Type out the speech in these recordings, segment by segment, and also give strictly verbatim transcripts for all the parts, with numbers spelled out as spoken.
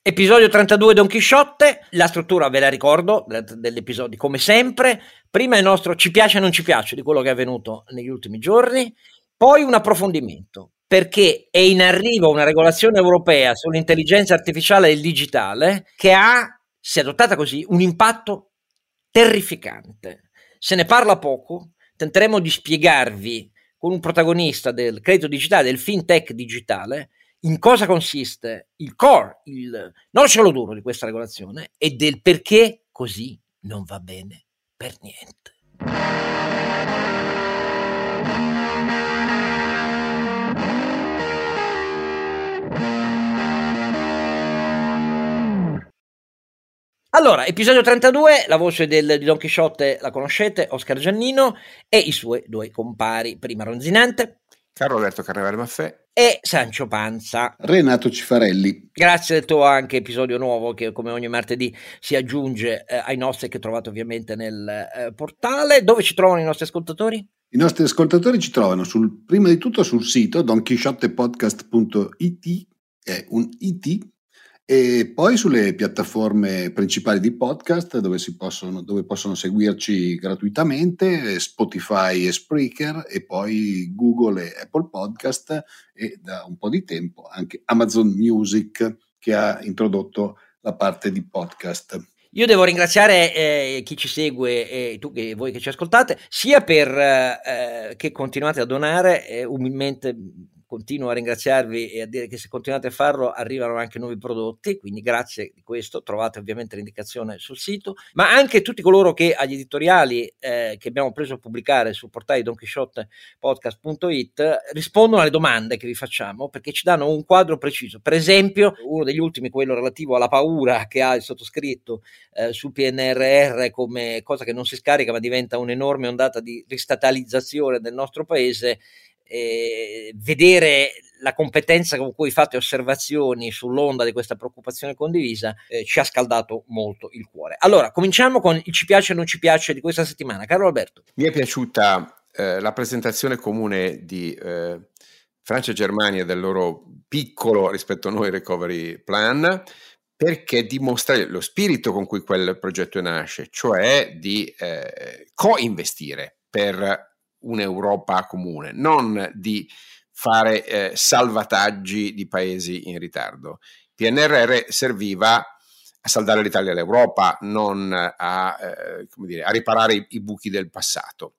Episodio trentadue Don Chisciotte, la struttura ve la ricordo dell'episodio come sempre, prima il nostro ci piace o non ci piace di quello che è avvenuto negli ultimi giorni, poi un approfondimento, perché è in arrivo una regolazione europea sull'intelligenza artificiale e il digitale che ha, se adottata così, un impatto terrificante. Se ne parla poco, tenteremo di spiegarvi con un protagonista del credito digitale, del fintech digitale, in cosa consiste il core, il nocciolo duro di questa regolazione e del perché così non va bene per niente. Allora, episodio trentadue, la voce del, di Don Chisciotte la conoscete, Oscar Giannino, e i suoi due compari, prima Ronzinante, Carlo Alberto Carnevale Maffè e Sancio Panza, Renato Cifarelli. Grazie del tuo anche episodio nuovo che come ogni martedì si aggiunge eh, ai nostri che trovate ovviamente nel eh, portale. Dove ci trovano i nostri ascoltatori? I nostri ascoltatori ci trovano sul, prima di tutto sul sito don chisciotte podcast punto it, è un it, e poi sulle piattaforme principali di podcast dove, si possono, dove possono seguirci gratuitamente, Spotify e Spreaker, e poi Google e Apple Podcast, e da un po' di tempo anche Amazon Music, che ha introdotto la parte di podcast. Io devo ringraziare eh, chi ci segue e tu e voi che ci ascoltate, sia per eh, che continuate a donare, eh, umilmente continuo a ringraziarvi e a dire che se continuate a farlo arrivano anche nuovi prodotti, quindi grazie di questo, trovate ovviamente l'indicazione sul sito, ma anche tutti coloro che agli editoriali eh, che abbiamo preso a pubblicare sul portale don chisciotte podcast punto it rispondono alle domande che vi facciamo, perché ci danno un quadro preciso. Per esempio, uno degli ultimi, quello relativo alla paura che ha il sottoscritto eh, sul P N R R come cosa che non si scarica ma diventa un'enorme ondata di ristatalizzazione del nostro paese. Eh, vedere la competenza con cui fate osservazioni sull'onda di questa preoccupazione condivisa eh, ci ha scaldato molto il cuore. Allora, cominciamo con il ci piace o non ci piace di questa settimana. Carlo Alberto. Mi è piaciuta eh, la presentazione comune di eh, Francia e Germania del loro piccolo rispetto a noi recovery plan, perché dimostra lo spirito con cui quel progetto nasce, cioè di eh, co-investire per un'Europa comune, non di fare eh, salvataggi di paesi in ritardo. P N R R serviva a saldare l'Italia e l'Europa, non a, eh, come dire, a riparare i, i buchi del passato.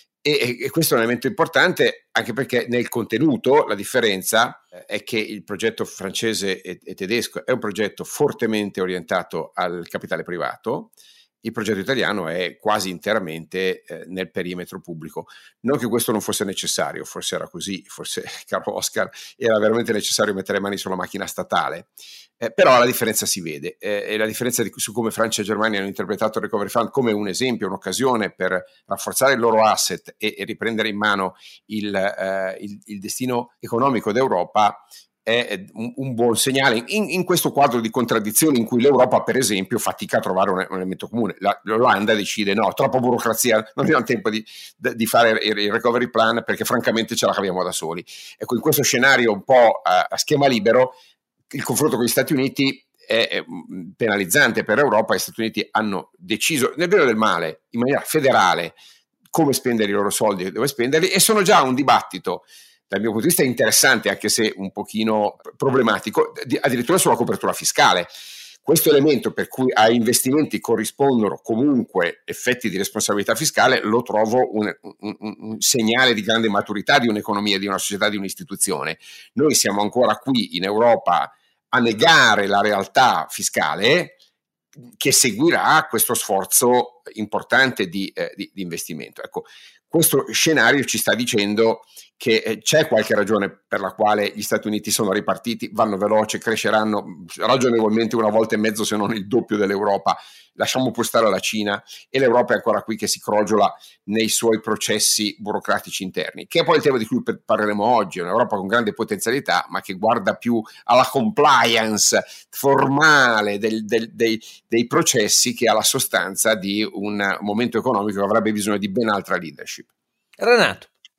E, e questo è un elemento importante anche perché nel contenuto la differenza eh, è che il progetto francese e, e tedesco è un progetto fortemente orientato al capitale privato. Il progetto italiano è quasi interamente eh, nel perimetro pubblico. Non che questo non fosse necessario, forse era così, forse, caro Oscar, era veramente necessario mettere mani sulla macchina statale, eh, però la differenza si vede, eh, e la differenza di, su come Francia e Germania hanno interpretato il Recovery Fund come un esempio, un'occasione per rafforzare il loro asset e, e riprendere in mano il, eh, il, il destino economico d'Europa, è un, un buon segnale in, in questo quadro di contraddizioni in cui l'Europa, per esempio, fatica a trovare un, un elemento comune. La, L'Olanda decide no, troppa burocrazia, non abbiamo tempo di, di fare il, il recovery plan perché francamente ce la caviamo da soli. Ecco, in questo scenario un po' a, a schema libero il confronto con gli Stati Uniti è, è penalizzante per l'Europa. Gli Stati Uniti hanno deciso, nel vero del male, in maniera federale, come spendere i loro soldi e dove spenderli, e sono già un dibattito dal mio punto di vista interessante, anche se un pochino problematico, addirittura sulla copertura fiscale. Questo elemento per cui a investimenti corrispondono comunque effetti di responsabilità fiscale lo trovo un, un, un segnale di grande maturità di un'economia, di una società, di un'istituzione. Noi siamo ancora qui in Europa a negare la realtà fiscale che seguirà questo sforzo importante di, eh, di, di investimento. Ecco, questo scenario ci sta dicendo che eh, c'è qualche ragione per la quale gli Stati Uniti sono ripartiti, vanno veloce, cresceranno ragionevolmente una volta e mezzo se non il doppio dell'Europa, lasciamo pur stare la Cina, e l'Europa è ancora qui che si crogiola nei suoi processi burocratici interni, che è poi il tema di cui parleremo oggi. È un'Europa con grande potenzialità ma che guarda più alla compliance formale del, del, dei, dei processi che alla sostanza di un momento economico che avrebbe bisogno di ben altra leadership. Renato.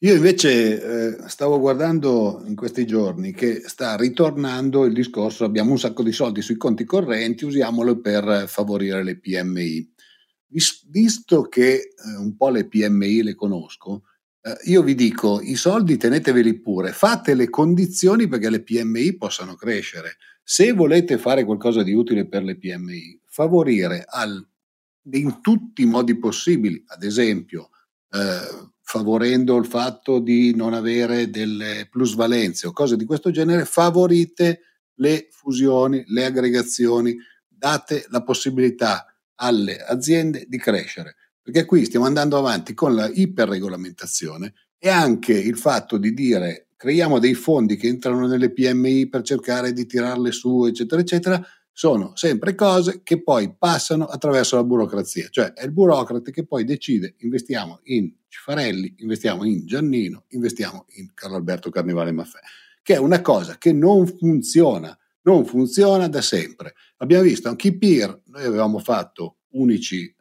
Io invece eh, stavo guardando in questi giorni che sta ritornando il discorso: abbiamo un sacco di soldi sui conti correnti, usiamolo per favorire le P M I. Vis- visto che eh, un po' le P M I le conosco, eh, io vi dico, i soldi teneteveli pure, fate le condizioni perché le P M I possano crescere. Se volete fare qualcosa di utile per le P M I, favorire al, in tutti i modi possibili, ad esempio eh, favorendo il fatto di non avere delle plusvalenze o cose di questo genere, favorite le fusioni, le aggregazioni, date la possibilità alle aziende di crescere, perché qui stiamo andando avanti con la iperregolamentazione e anche il fatto di dire creiamo dei fondi che entrano nelle P M I per cercare di tirarle su, eccetera, eccetera, sono sempre cose che poi passano attraverso la burocrazia, cioè è il burocrate che poi decide investiamo in Cifarelli, investiamo in Giannino, investiamo in Carlo Alberto Carnevale Maffè, che è una cosa che non funziona, non funziona da sempre. Abbiamo visto anche i peer, noi avevamo fatto unici,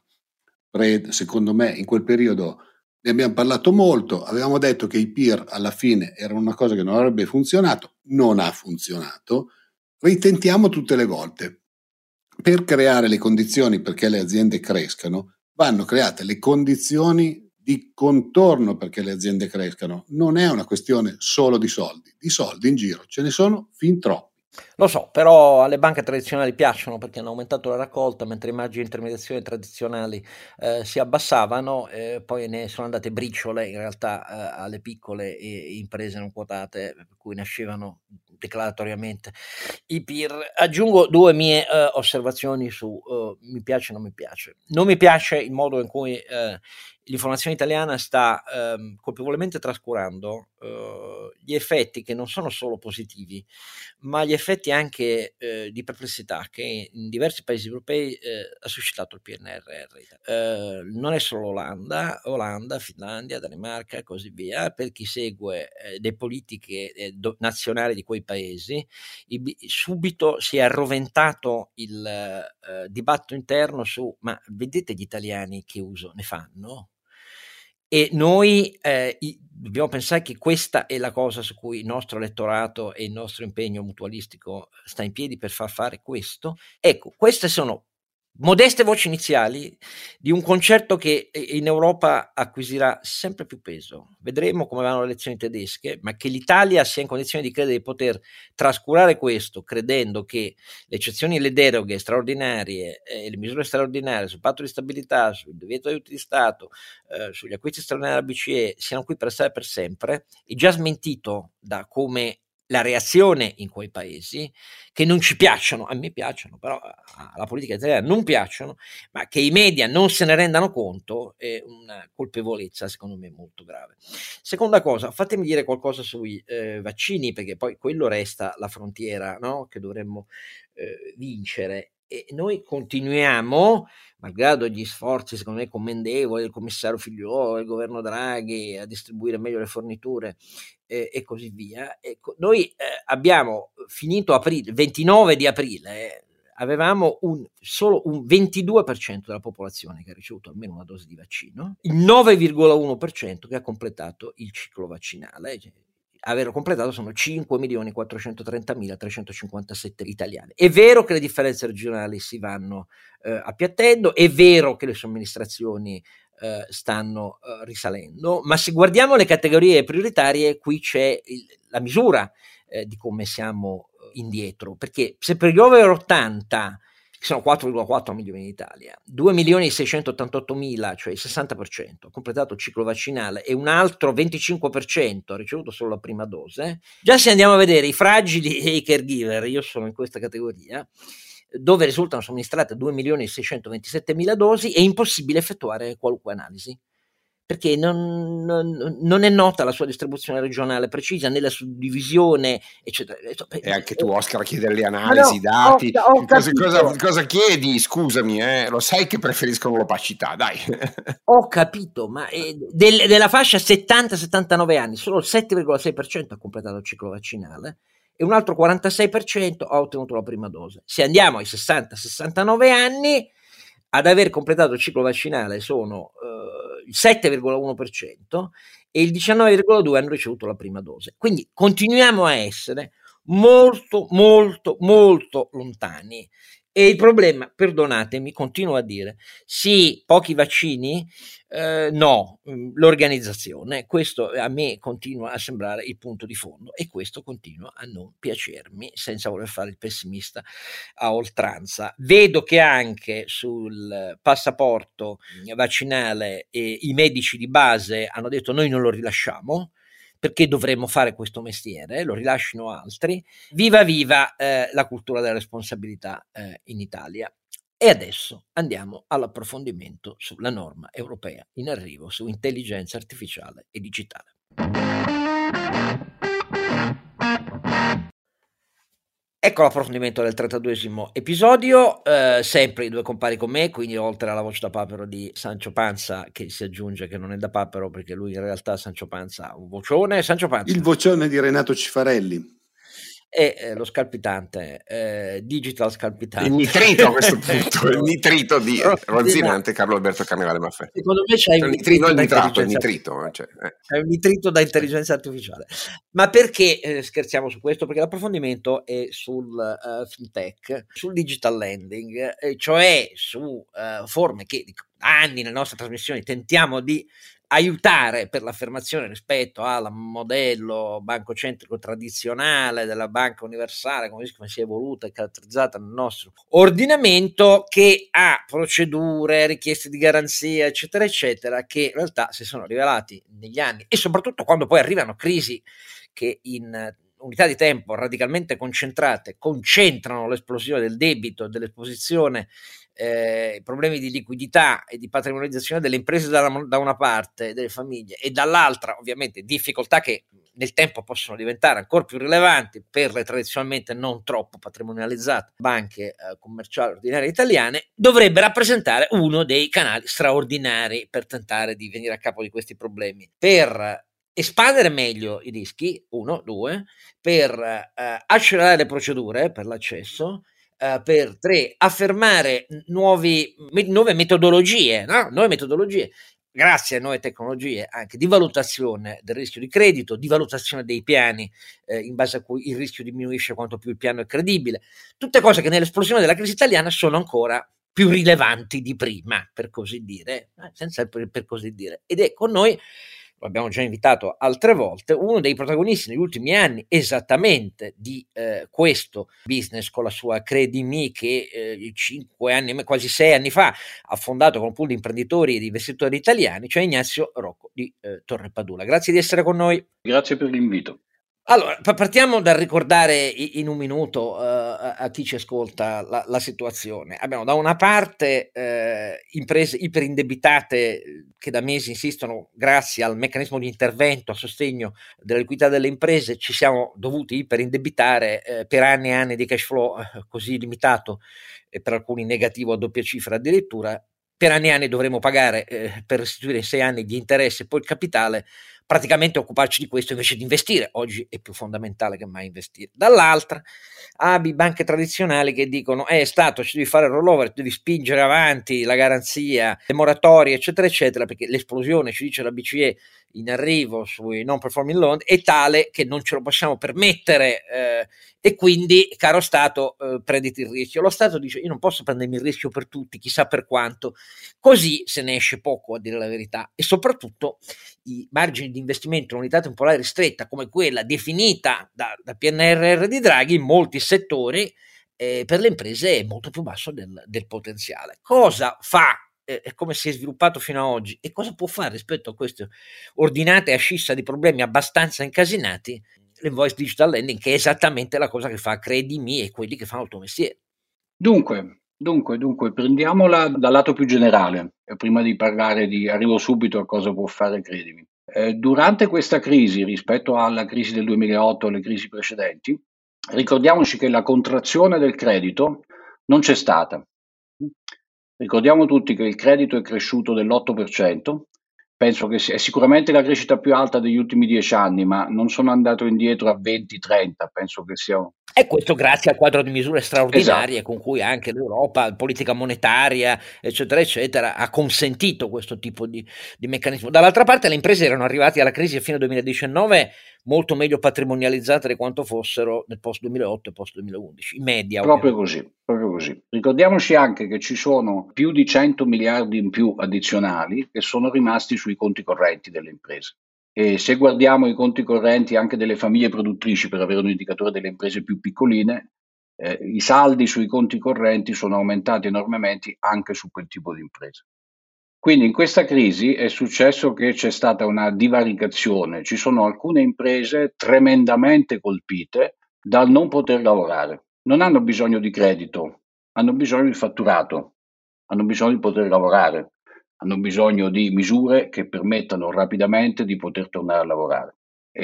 uh, secondo me in quel periodo ne abbiamo parlato molto, avevamo detto che i peer alla fine erano una cosa che non avrebbe funzionato, non ha funzionato. Ritentiamo tutte le volte. Per creare le condizioni perché le aziende crescano, vanno create le condizioni di contorno perché le aziende crescano. Non è una questione solo di soldi. Di soldi in giro ce ne sono fin troppi. Lo so, però alle banche tradizionali piacciono perché hanno aumentato la raccolta, mentre i margini di intermediazione tradizionali eh, si abbassavano, eh, poi ne sono andate briciole in realtà eh, alle piccole imprese non quotate, per cui nascevano declaratoriamente i peer. Aggiungo due mie eh, osservazioni su uh, mi piace o non mi piace. Non mi piace il modo in cui eh, l'informazione italiana sta ehm, colpevolmente trascurando eh, gli effetti che non sono solo positivi, ma gli effetti anche eh, di perplessità che in diversi paesi europei eh, ha suscitato il P N R R. Eh, non è solo Olanda, Olanda, Finlandia, Danimarca e così via. Per chi segue eh, le politiche eh, do- nazionali di quei paesi, il, subito si è arroventato il eh, dibattito interno su ma vedete gli italiani che uso ne fanno? E noi eh, i, dobbiamo pensare che questa è la cosa su cui il nostro elettorato e il nostro impegno mutualistico sta in piedi per far fare questo. Ecco, queste sono modeste voci iniziali di un concerto che in Europa acquisirà sempre più peso. Vedremo come vanno le elezioni tedesche, ma che l'Italia sia in condizione di credere di poter trascurare questo, credendo che le eccezioni e le deroghe straordinarie e eh, le misure straordinarie sul patto di stabilità, sul divieto di aiuti di Stato, eh, sugli acquisti straordinari della B C E siano qui per stare per sempre, è già smentito da come la reazione in quei paesi, che non ci piacciono, a me piacciono, però alla politica italiana non piacciono, ma che i media non se ne rendano conto è una colpevolezza secondo me molto grave. Seconda cosa, fatemi dire qualcosa sui eh, vaccini, perché poi quello resta la frontiera, no? Che dovremmo eh, vincere. E noi continuiamo, malgrado gli sforzi secondo me commendevoli del commissario Figliuolo, del governo Draghi a distribuire meglio le forniture eh, e così via, ecco, noi eh, abbiamo finito aprile, ventinove di aprile, eh, avevamo un, solo un ventidue per cento della popolazione che ha ricevuto almeno una dose di vaccino, il nove virgola uno per cento che ha completato il ciclo vaccinale. Cioè, aver completato sono cinque milioni quattrocentotrentamilatrecentocinquantasette italiani. È vero che le differenze regionali si vanno eh, appiattendo, è vero che le somministrazioni eh, stanno eh, risalendo, ma se guardiamo le categorie prioritarie, qui c'è il, la misura eh, di come siamo indietro, perché se per gli over ottanta che sono quattro virgola quattro milioni in Italia, due milioni seicentottantotto mila, cioè il sessanta per cento, ha completato il ciclo vaccinale e un altro venticinque per cento ha ricevuto solo la prima dose. Già se andiamo a vedere i fragili e i caregiver, io sono in questa categoria, dove risultano somministrate due milioni seicentoventisette mila dosi, è impossibile effettuare qualunque analisi, perché non, non, non è nota la sua distribuzione regionale precisa nella suddivisione, eccetera. E anche tu, Oscar, chiedere le analisi, i no, dati, ho, ho cosa, cosa, cosa chiedi? Scusami, eh? Lo sai che preferiscono l'opacità, dai. Ho capito, ma eh, del, della fascia settanta settantanove anni, solo il sette virgola sei per cento ha completato il ciclo vaccinale e un altro quarantasei per cento ha ottenuto la prima dose. Se andiamo ai sessanta sessantanove anni, ad aver completato il ciclo vaccinale sono eh, il sette virgola uno per cento e il diciannove virgola due per cento hanno ricevuto la prima dose. Quindi continuiamo a essere molto, molto, molto lontani. E il problema, perdonatemi, continuo a dire, sì, pochi vaccini, eh, no, l'organizzazione, questo a me continua a sembrare il punto di fondo e questo continua a non piacermi, senza voler fare il pessimista a oltranza. Vedo che anche sul passaporto vaccinale eh, i medici di base hanno detto noi non lo rilasciamo, perché dovremmo fare questo mestiere, lo rilascino altri. Viva viva eh, la cultura della responsabilità eh, in Italia. E adesso andiamo all'approfondimento sulla norma europea in arrivo su intelligenza artificiale e digitale. Ecco l'approfondimento del trentaduesimo episodio, eh, sempre i due compari con me, quindi oltre alla voce da papero di Sancio Panza, che si aggiunge che non è da papero perché lui in realtà Sancio Panza ha un vocione. Sancio Panza. Il vocione di Renato Cifarelli. E eh, lo scalpitante, eh, digital scalpitante. Il nitrito a questo punto, il nitrito di Rozinante Carlo Alberto Carnevale Maffè. Secondo me c'è cioè, un nitrito, nitrito il da nitrato, il intelligenza nitrito. Cioè, eh. C'è un nitrito da intelligenza artificiale. Ma perché eh, scherziamo su questo? Perché l'approfondimento è sul uh, fintech, sul digital lending, eh, cioè su uh, forme che da anni nelle nostre trasmissioni tentiamo di aiutare per l'affermazione rispetto al modello bancocentrico tradizionale della banca universale, come si è evoluta e caratterizzata nel nostro ordinamento, che ha procedure, richieste di garanzia, eccetera, eccetera, che in realtà si sono rivelati negli anni, e soprattutto quando poi arrivano crisi che in unità di tempo radicalmente concentrate concentrano l'esplosione del debito, dell'esposizione, eh, problemi di liquidità e di patrimonializzazione delle imprese da una, da una parte, delle famiglie, e dall'altra ovviamente difficoltà che nel tempo possono diventare ancora più rilevanti per le tradizionalmente non troppo patrimonializzate banche eh, commerciali ordinarie italiane, dovrebbe rappresentare uno dei canali straordinari per tentare di venire a capo di questi problemi, per espandere meglio i rischi, uno, due, per eh, accelerare le procedure per l'accesso, eh, per tre, affermare nuovi, me, nuove metodologie, no? nuove metodologie, grazie a nuove tecnologie anche di valutazione del rischio di credito, di valutazione dei piani eh, in base a cui il rischio diminuisce quanto più il piano è credibile, tutte cose che nell'esplosione della crisi italiana sono ancora più rilevanti di prima, per così dire, eh, senza per, per così dire, ed è con noi, lo abbiamo già invitato altre volte, uno dei protagonisti negli ultimi anni esattamente di eh, questo business con la sua Credimi, che eh, cinque anni, quasi sei anni fa ha fondato con un pool di imprenditori e di investitori italiani, cioè Ignazio Rocco di eh, Torre Padula. Grazie di essere con noi. Grazie per l'invito. Allora, partiamo dal ricordare in un minuto uh, a chi ci ascolta la, la situazione. Abbiamo da una parte uh, imprese iperindebitate che da mesi insistono, grazie al meccanismo di intervento a sostegno della liquidità delle imprese, ci siamo dovuti iperindebitare uh, per anni e anni di cash flow uh, così limitato e per alcuni negativo a doppia cifra addirittura. Per anni e anni dovremo pagare eh, per restituire in sei anni gli interessi e poi il capitale, praticamente occuparci di questo invece di investire. Oggi è più fondamentale che mai investire. Dall'altra, A B I, banche tradizionali che dicono è Stato, ci devi fare il rollover, devi spingere avanti la garanzia, le moratorie, eccetera, eccetera, perché l'esplosione, ci dice la B C E, in arrivo sui non performing loan è tale che non ce lo possiamo permettere eh, e quindi, caro Stato, eh, prenditi il rischio. Lo Stato dice io non posso prendermi il rischio per tutti, chissà per quanto, così se ne esce poco, a dire la verità, e soprattutto i margini di investimento in unità temporale ristretta come quella definita da, da P N R R di Draghi in molti settori eh, per le imprese è molto più basso del, del potenziale. Cosa fa e come si è sviluppato fino ad oggi e cosa può fare rispetto a queste ordinate ascissa di problemi abbastanza incasinati l'invoice digital lending, che è esattamente la cosa che fa Credimi e quelli che fanno il tuo mestiere? Dunque, dunque, dunque, prendiamola dal lato più generale, prima di parlare di arrivo subito a cosa può fare Credimi. Eh, durante questa crisi, rispetto alla crisi del duemilaotto e alle crisi precedenti, ricordiamoci che la contrazione del credito non c'è stata. Ricordiamo tutti che il credito è cresciuto dell'otto per cento, penso che sia, è sicuramente la crescita più alta degli ultimi dieci anni, ma non sono andato indietro a venti trenta, penso che sia... E questo grazie al quadro di misure straordinarie Esatto. con cui anche l'Europa, politica monetaria, eccetera, eccetera, ha consentito questo tipo di, di meccanismo. Dall'altra parte le imprese erano arrivate alla crisi a fine duemiladiciannove molto meglio patrimonializzate di quanto fossero nel post duemilaotto e post duemilaundici, in media. Proprio così, proprio così. Ricordiamoci anche che ci sono più di cento miliardi in più addizionali che sono rimasti sui conti correnti delle imprese. E se guardiamo i conti correnti anche delle famiglie produttrici, per avere un indicatore delle imprese più piccoline, eh, i saldi sui conti correnti sono aumentati enormemente anche su quel tipo di imprese. Quindi in questa crisi è successo che c'è stata una divaricazione, ci sono alcune imprese tremendamente colpite dal non poter lavorare. Non hanno bisogno di credito, hanno bisogno di fatturato, hanno bisogno di poter lavorare, hanno bisogno di misure che permettano rapidamente di poter tornare a lavorare.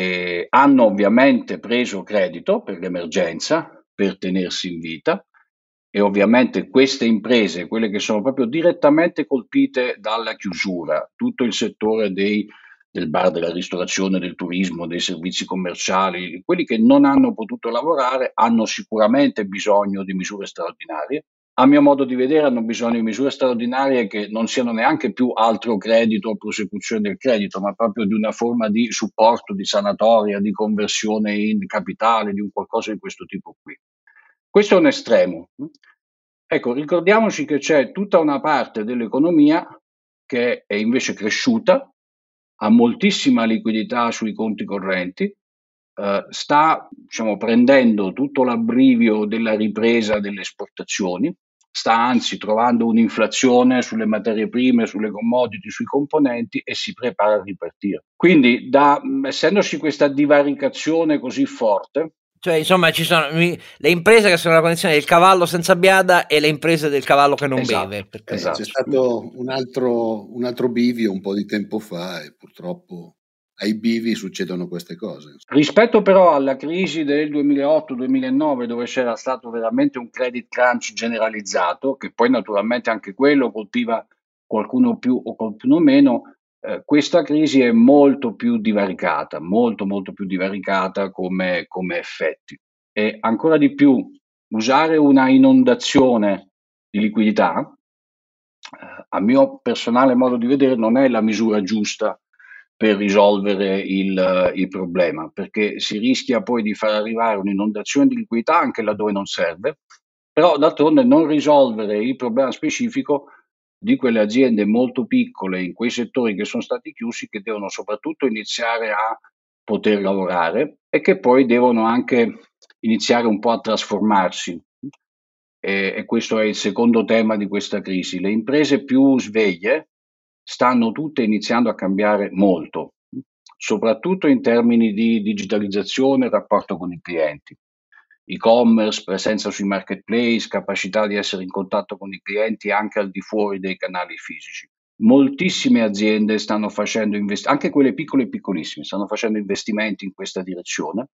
E hanno ovviamente preso credito per l'emergenza, per tenersi in vita, e ovviamente queste imprese, quelle che sono proprio direttamente colpite dalla chiusura, tutto il settore dei, del bar, della ristorazione, del turismo, dei servizi commerciali, quelli che non hanno potuto lavorare hanno sicuramente bisogno di misure straordinarie. A mio modo di vedere hanno bisogno di misure straordinarie che non siano neanche più altro credito o prosecuzione del credito, ma proprio di una forma di supporto, di sanatoria, di conversione in capitale, di un qualcosa di questo tipo qui. Questo è un estremo. Ecco, ricordiamoci che c'è tutta una parte dell'economia che è invece cresciuta, ha moltissima liquidità sui conti correnti, eh, sta, diciamo, prendendo tutto l'abbrivio della ripresa delle esportazioni, sta anzi trovando un'inflazione sulle materie prime, sulle commodity, sui componenti e si prepara a ripartire. Quindi, da, essendoci questa divaricazione così forte, cioè, insomma, ci sono le imprese che sono nella condizione del cavallo senza biada e le imprese del cavallo che non esatto, beve. Perché... esatto. C'è stato un altro, un altro bivio un po' di tempo fa e purtroppo ai bivi succedono queste cose. Rispetto però alla crisi del duemilaotto duemilanove, dove c'era stato veramente un credit crunch generalizzato, che poi naturalmente anche quello colpiva qualcuno più o qualcuno meno, eh, questa crisi è molto più divaricata, molto molto più divaricata come, come effetti. E ancora di più, usare una inondazione di liquidità, eh, a mio personale modo di vedere, non è la misura giusta per risolvere il, il problema, perché si rischia poi di far arrivare un'inondazione di liquidità anche laddove non serve, però d'altronde non risolvere il problema specifico di quelle aziende molto piccole in quei settori che sono stati chiusi, che devono soprattutto iniziare a poter lavorare e che poi devono anche iniziare un po' a trasformarsi. E, e questo è il secondo tema di questa crisi. Le imprese più sveglie stanno tutte iniziando a cambiare molto, soprattutto in termini di digitalizzazione e rapporto con i clienti. E-commerce, presenza sui marketplace, capacità di essere in contatto con i clienti anche al di fuori dei canali fisici. Moltissime aziende stanno facendo investimenti, anche quelle piccole e piccolissime, stanno facendo investimenti in questa direzione.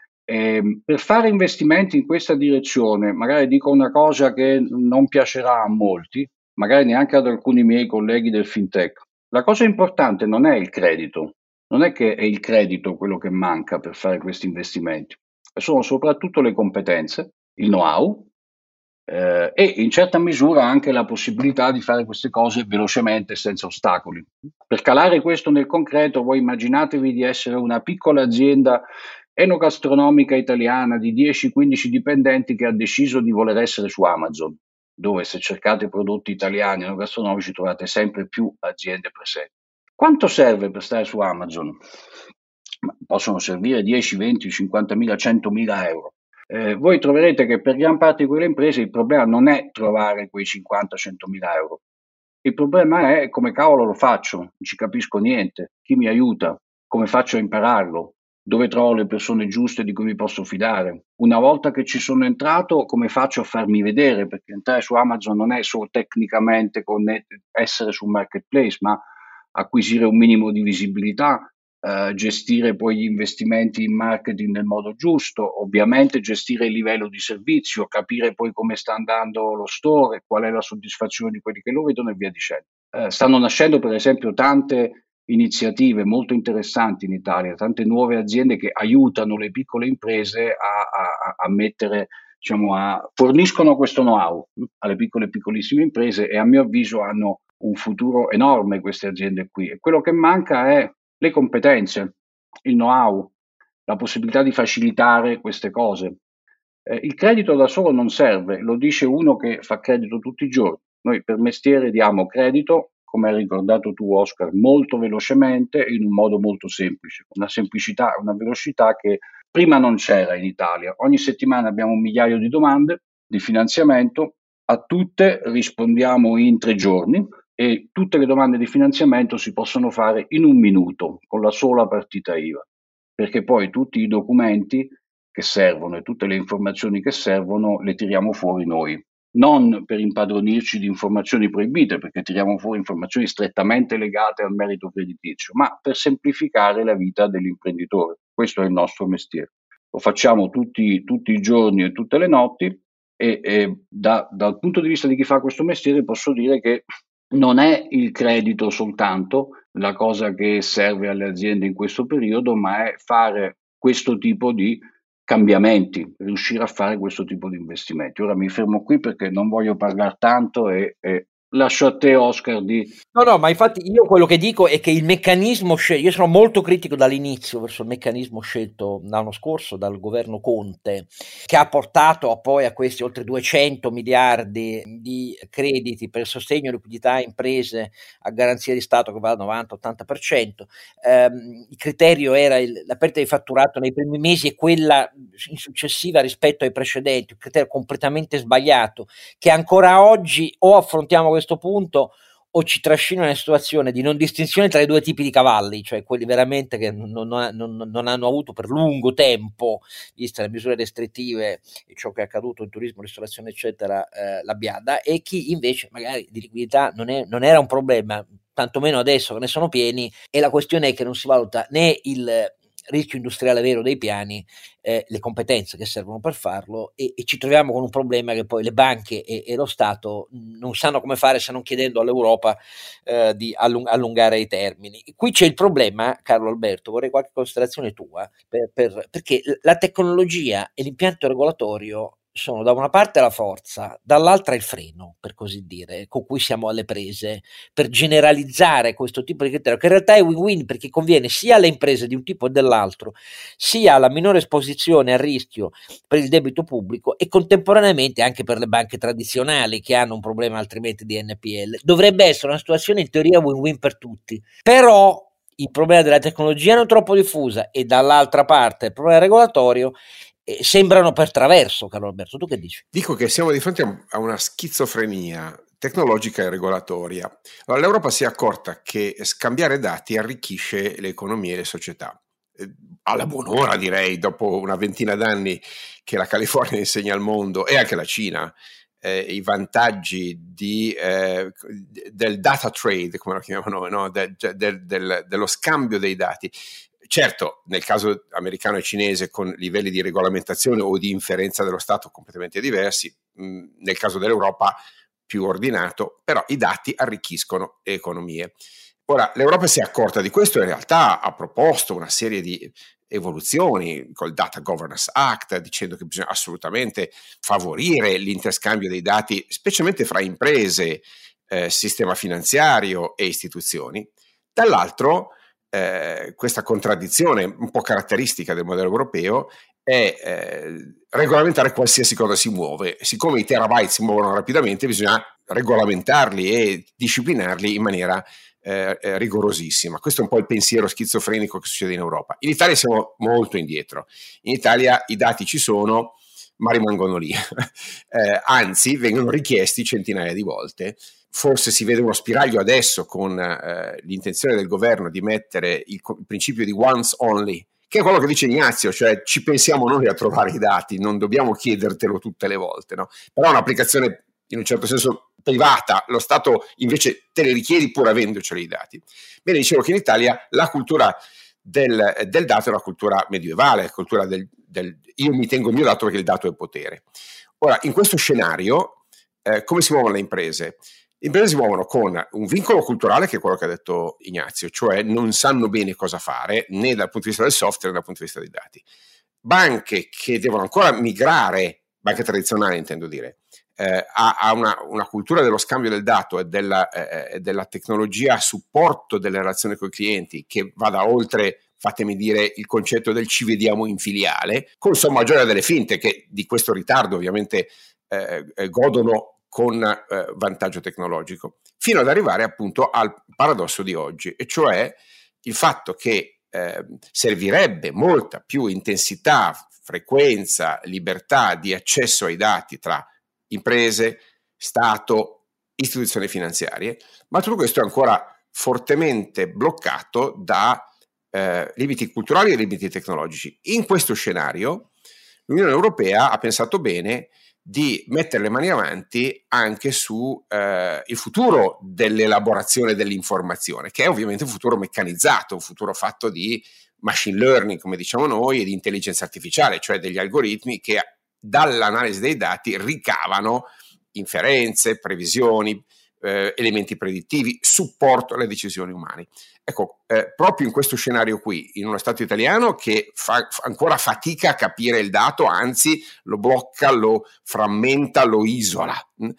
E per fare investimenti in questa direzione, magari dico una cosa che non piacerà a molti, magari neanche ad alcuni miei colleghi del fintech. La cosa importante non è il credito, non è che è il credito quello che manca per fare questi investimenti, sono soprattutto le competenze, il know-how eh, e in certa misura anche la possibilità di fare queste cose velocemente senza ostacoli. Per calare questo nel concreto, voi immaginatevi di essere una piccola azienda enogastronomica italiana di dieci quindici dipendenti che ha deciso di voler essere su Amazon, dove se cercate prodotti italiani enogastronomici trovate sempre più aziende presenti. Quanto serve per stare su Amazon? Possono servire dieci, venti, cinquantamila, centomila euro. Eh, voi troverete che per gran parte di quelle imprese il problema non è trovare quei cinquanta centomila euro. Il problema è come cavolo lo faccio, non ci capisco niente, chi mi aiuta, come faccio a impararlo, dove trovo le persone giuste di cui mi posso fidare. Una volta che ci sono entrato, come faccio a farmi vedere? Perché entrare su Amazon non è solo tecnicamente essere sul marketplace, ma acquisire un minimo di visibilità, Uh, gestire poi gli investimenti in marketing nel modo giusto, ovviamente gestire il livello di servizio, capire poi come sta andando lo store, qual è la soddisfazione di quelli che lo vedono e via dicendo. Uh, stanno nascendo per esempio tante iniziative molto interessanti in Italia, tante nuove aziende che aiutano le piccole imprese a, a, a mettere, diciamo, a, forniscono questo know-how alle piccole e piccolissime imprese, e a mio avviso hanno un futuro enorme queste aziende qui. E quello che manca è le competenze, il know-how, la possibilità di facilitare queste cose. Eh, il credito da solo non serve, lo dice uno che fa credito tutti i giorni. Noi per mestiere diamo credito, come hai ricordato tu Oscar, molto velocemente e in un modo molto semplice, una semplicità, una velocità che prima non c'era in Italia. Ogni settimana abbiamo un migliaio di domande di finanziamento, a tutte rispondiamo in tre giorni e tutte le domande di finanziamento si possono fare in un minuto con la sola partita I V A, perché poi tutti i documenti che servono e tutte le informazioni che servono le tiriamo fuori noi, non per impadronirci di informazioni proibite, perché tiriamo fuori informazioni strettamente legate al merito creditizio, ma per semplificare la vita dell'imprenditore. Questo è il nostro mestiere. Lo facciamo tutti, tutti i giorni e tutte le notti e, e da, dal punto di vista di chi fa questo mestiere posso dire che non è il credito soltanto la cosa che serve alle aziende in questo periodo, ma è fare questo tipo di cambiamenti, riuscire a fare questo tipo di investimenti. Ora mi fermo qui perché non voglio parlare tanto e, e lascio a te Oscar di... No, no, ma infatti io quello che dico è che il meccanismo scelto, io sono molto critico dall'inizio verso il meccanismo scelto l'anno scorso dal governo Conte, che ha portato a poi a questi oltre duecento miliardi di crediti per sostegno e liquidità a imprese a garanzia di Stato che va al novanta ottanta per cento. Um, il criterio era il, la perdita di fatturato nei primi mesi e quella in successiva rispetto ai precedenti, un criterio completamente sbagliato, che ancora oggi o affrontiamo questo punto o ci trascina una situazione di non distinzione tra i due tipi di cavalli, cioè quelli veramente che non, non, non, non hanno avuto per lungo tempo, viste le misure restrittive e ciò che è accaduto in turismo, ristorazione eccetera, eh, la biada, e chi invece magari di liquidità non, è, non era un problema, tantomeno adesso che ne sono pieni, e la questione è che non si valuta né il rischio industriale vero dei piani, eh, le competenze che servono per farlo, e, e ci troviamo con un problema che poi le banche e, e lo Stato non sanno come fare se non chiedendo all'Europa eh, di allung- allungare i termini. Qui c'è il problema, Carlo Alberto, vorrei qualche considerazione tua, per, per, perché la tecnologia e l'impianto regolatorio sono da una parte la forza, dall'altra il freno, per così dire, con cui siamo alle prese per generalizzare questo tipo di criterio, che in realtà è win-win perché conviene sia alle imprese di un tipo e dell'altro, sia alla minore esposizione al rischio per il debito pubblico e contemporaneamente anche per le banche tradizionali che hanno un problema altrimenti di N P L. Dovrebbe essere una situazione in teoria win-win per tutti, però il problema della tecnologia non troppo diffusa e dall'altra parte il problema regolatorio Eh, sembrano per traverso. Carlo Alberto, tu che dici? Dico che siamo di fronte a una schizofrenia tecnologica e regolatoria. Allora, l'Europa si è accorta che scambiare dati arricchisce le economie e le società. Eh, alla buon'ora, direi, dopo una ventina d'anni che la California insegna al mondo e anche la Cina eh, i vantaggi di, eh, del data trade, come lo chiamano, no? de, de, del, dello scambio dei dati. Certo, nel caso americano e cinese con livelli di regolamentazione o di inferenza dello Stato completamente diversi, mh, nel caso dell'Europa più ordinato, però i dati arricchiscono le economie. Ora, l'Europa si è accorta di questo e in realtà ha proposto una serie di evoluzioni col Data Governance Act, dicendo che bisogna assolutamente favorire l'interscambio dei dati, specialmente fra imprese, eh, sistema finanziario e istituzioni. Dall'altro, Eh, questa contraddizione un po' caratteristica del modello europeo è eh, regolamentare qualsiasi cosa si muove. Siccome i terabyte si muovono rapidamente, bisogna regolamentarli e disciplinarli in maniera eh, eh, rigorosissima. Questo è un po' il pensiero schizofrenico che succede in Europa. In Italia siamo molto indietro. In Italia i dati ci sono, ma rimangono lì. eh, anzi, vengono richiesti centinaia di volte. Forse si vede uno spiraglio adesso con eh, l'intenzione del governo di mettere il, il principio di once only, che è quello che dice Ignazio, cioè ci pensiamo noi a trovare i dati, non dobbiamo chiedertelo tutte le volte, no? Però è un'applicazione in un certo senso privata, lo Stato invece te le richiedi pur avendoceli i dati. Bene, dicevo che in Italia la cultura del, del dato è una cultura medievale, la cultura del, del io mi tengo il mio dato perché il dato è potere. Ora, in questo scenario, eh, come si muovono le imprese? Le imprese si muovono con un vincolo culturale, che è quello che ha detto Ignazio, cioè non sanno bene cosa fare né dal punto di vista del software né dal punto di vista dei dati. Banche che devono ancora migrare, banche tradizionali intendo dire, eh, a, a una, una cultura dello scambio del dato e della, eh, della tecnologia a supporto delle relazioni con i clienti, che vada oltre, fatemi dire, il concetto del ci vediamo in filiale, con somma maggiore delle finte, che di questo ritardo ovviamente eh, godono con eh, vantaggio tecnologico, fino ad arrivare appunto al paradosso di oggi, e cioè il fatto che eh, servirebbe molta più intensità, frequenza, libertà di accesso ai dati tra imprese, Stato, istituzioni finanziarie, ma tutto questo è ancora fortemente bloccato da eh, limiti culturali e limiti tecnologici. In questo scenario l'Unione Europea ha pensato bene di mettere le mani avanti anche su eh, il futuro dell'elaborazione dell'informazione, che è ovviamente un futuro meccanizzato, un futuro fatto di machine learning, come diciamo noi, e di intelligenza artificiale, cioè degli algoritmi che dall'analisi dei dati ricavano inferenze, previsioni, eh, elementi predittivi, supporto alle decisioni umane. Ecco, eh, proprio in questo scenario qui, in uno Stato italiano che fa ancora fatica a capire il dato, anzi lo blocca, lo frammenta, lo isola,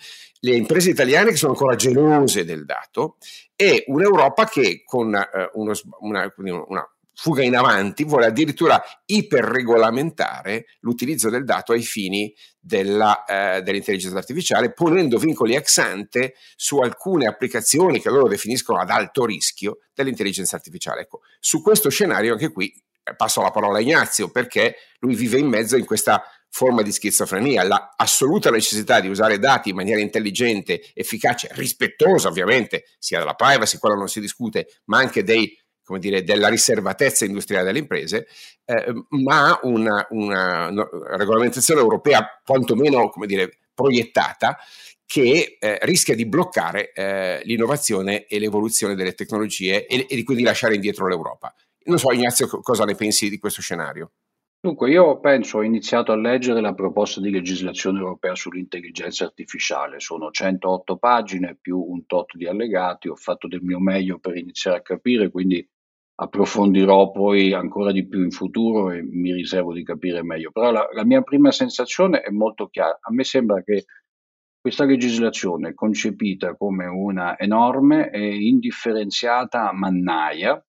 le imprese italiane che sono ancora gelose del dato, e un'Europa che con eh, uno, una, una fuga in avanti vuole addirittura iperregolamentare l'utilizzo del dato ai fini della, eh, dell'intelligenza artificiale, ponendo vincoli ex ante su alcune applicazioni che loro definiscono ad alto rischio dell'intelligenza artificiale. Ecco, su questo scenario anche qui eh, passo la parola a Ignazio, perché lui vive in mezzo in questa forma di schizofrenia, la assoluta necessità di usare dati in maniera intelligente, efficace, rispettosa ovviamente sia della privacy, quello non si discute, ma anche dei come dire, della riservatezza industriale delle imprese, eh, ma una, una, una regolamentazione europea quantomeno, come dire, proiettata, che eh, rischia di bloccare eh, l'innovazione e l'evoluzione delle tecnologie e, e di quindi lasciare indietro l'Europa. Non so, Ignazio, cosa ne pensi di questo scenario? Dunque, io penso, ho iniziato a leggere la proposta di legislazione europea sull'intelligenza artificiale, sono centootto pagine più un tot di allegati, ho fatto del mio meglio per iniziare a capire, quindi approfondirò poi ancora di più in futuro e mi riservo di capire meglio. Però la, la mia prima sensazione è molto chiara. A me sembra che questa legislazione è concepita come una enorme e indifferenziata mannaia,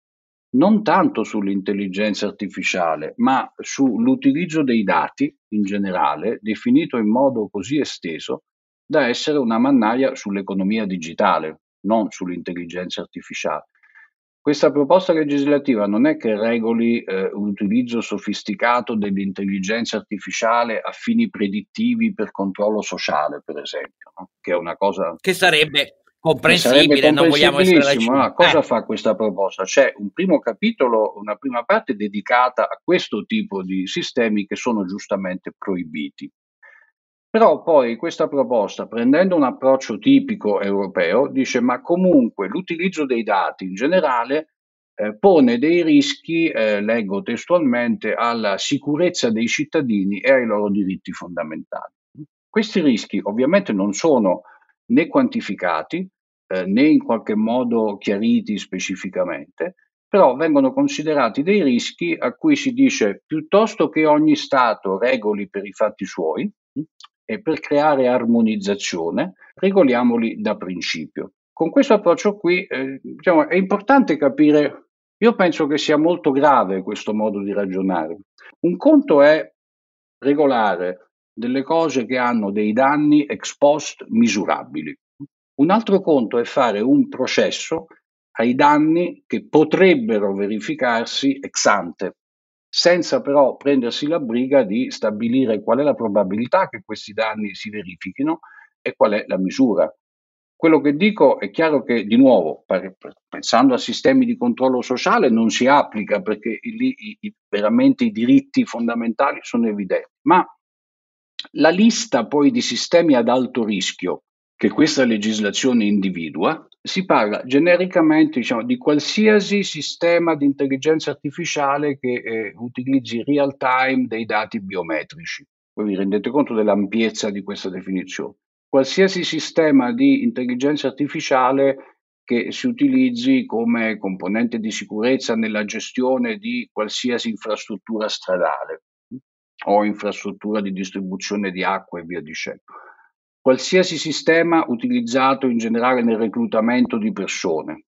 non tanto sull'intelligenza artificiale, ma sull'utilizzo dei dati in generale, definito in modo così esteso da essere una mannaia sull'economia digitale, non sull'intelligenza artificiale. Questa proposta legislativa non è che regoli eh, l'utilizzo sofisticato dell'intelligenza artificiale a fini predittivi per controllo sociale, per esempio, no? Che è una cosa che sarebbe che comprensibile, sarebbe non vogliamo essere comprensibilissimo. Ah, cosa eh. fa questa proposta? C'è un primo capitolo, una prima parte dedicata a questo tipo di sistemi che sono giustamente proibiti. Però poi questa proposta, prendendo un approccio tipico europeo, dice ma comunque l'utilizzo dei dati in generale eh, pone dei rischi, eh, leggo testualmente, alla sicurezza dei cittadini e ai loro diritti fondamentali. Questi rischi ovviamente non sono né quantificati eh, né in qualche modo chiariti specificamente, però vengono considerati dei rischi a cui si dice piuttosto che ogni Stato regoli per i fatti suoi, e per creare armonizzazione regoliamoli da principio. Con questo approccio qui eh, diciamo, è importante capire, io penso che sia molto grave questo modo di ragionare. Un conto è regolare delle cose che hanno dei danni ex post misurabili. Un altro conto è fare un processo ai danni che potrebbero verificarsi ex ante, senza però prendersi la briga di stabilire qual è la probabilità che questi danni si verifichino e qual è la misura. Quello che dico è chiaro che, di nuovo, pensando a sistemi di controllo sociale, non si applica perché lì i, i, veramente i diritti fondamentali sono evidenti, ma la lista poi di sistemi ad alto rischio che questa legislazione individua, si parla genericamente, diciamo, di qualsiasi sistema di intelligenza artificiale che eh, utilizzi real time dei dati biometrici. Voi vi rendete conto dell'ampiezza di questa definizione? qualsiasi sistema di intelligenza artificiale che si utilizzi come componente di sicurezza nella gestione di qualsiasi infrastruttura stradale o infrastruttura di distribuzione di acqua e via dicendo. Qualsiasi sistema utilizzato in generale nel reclutamento di persone,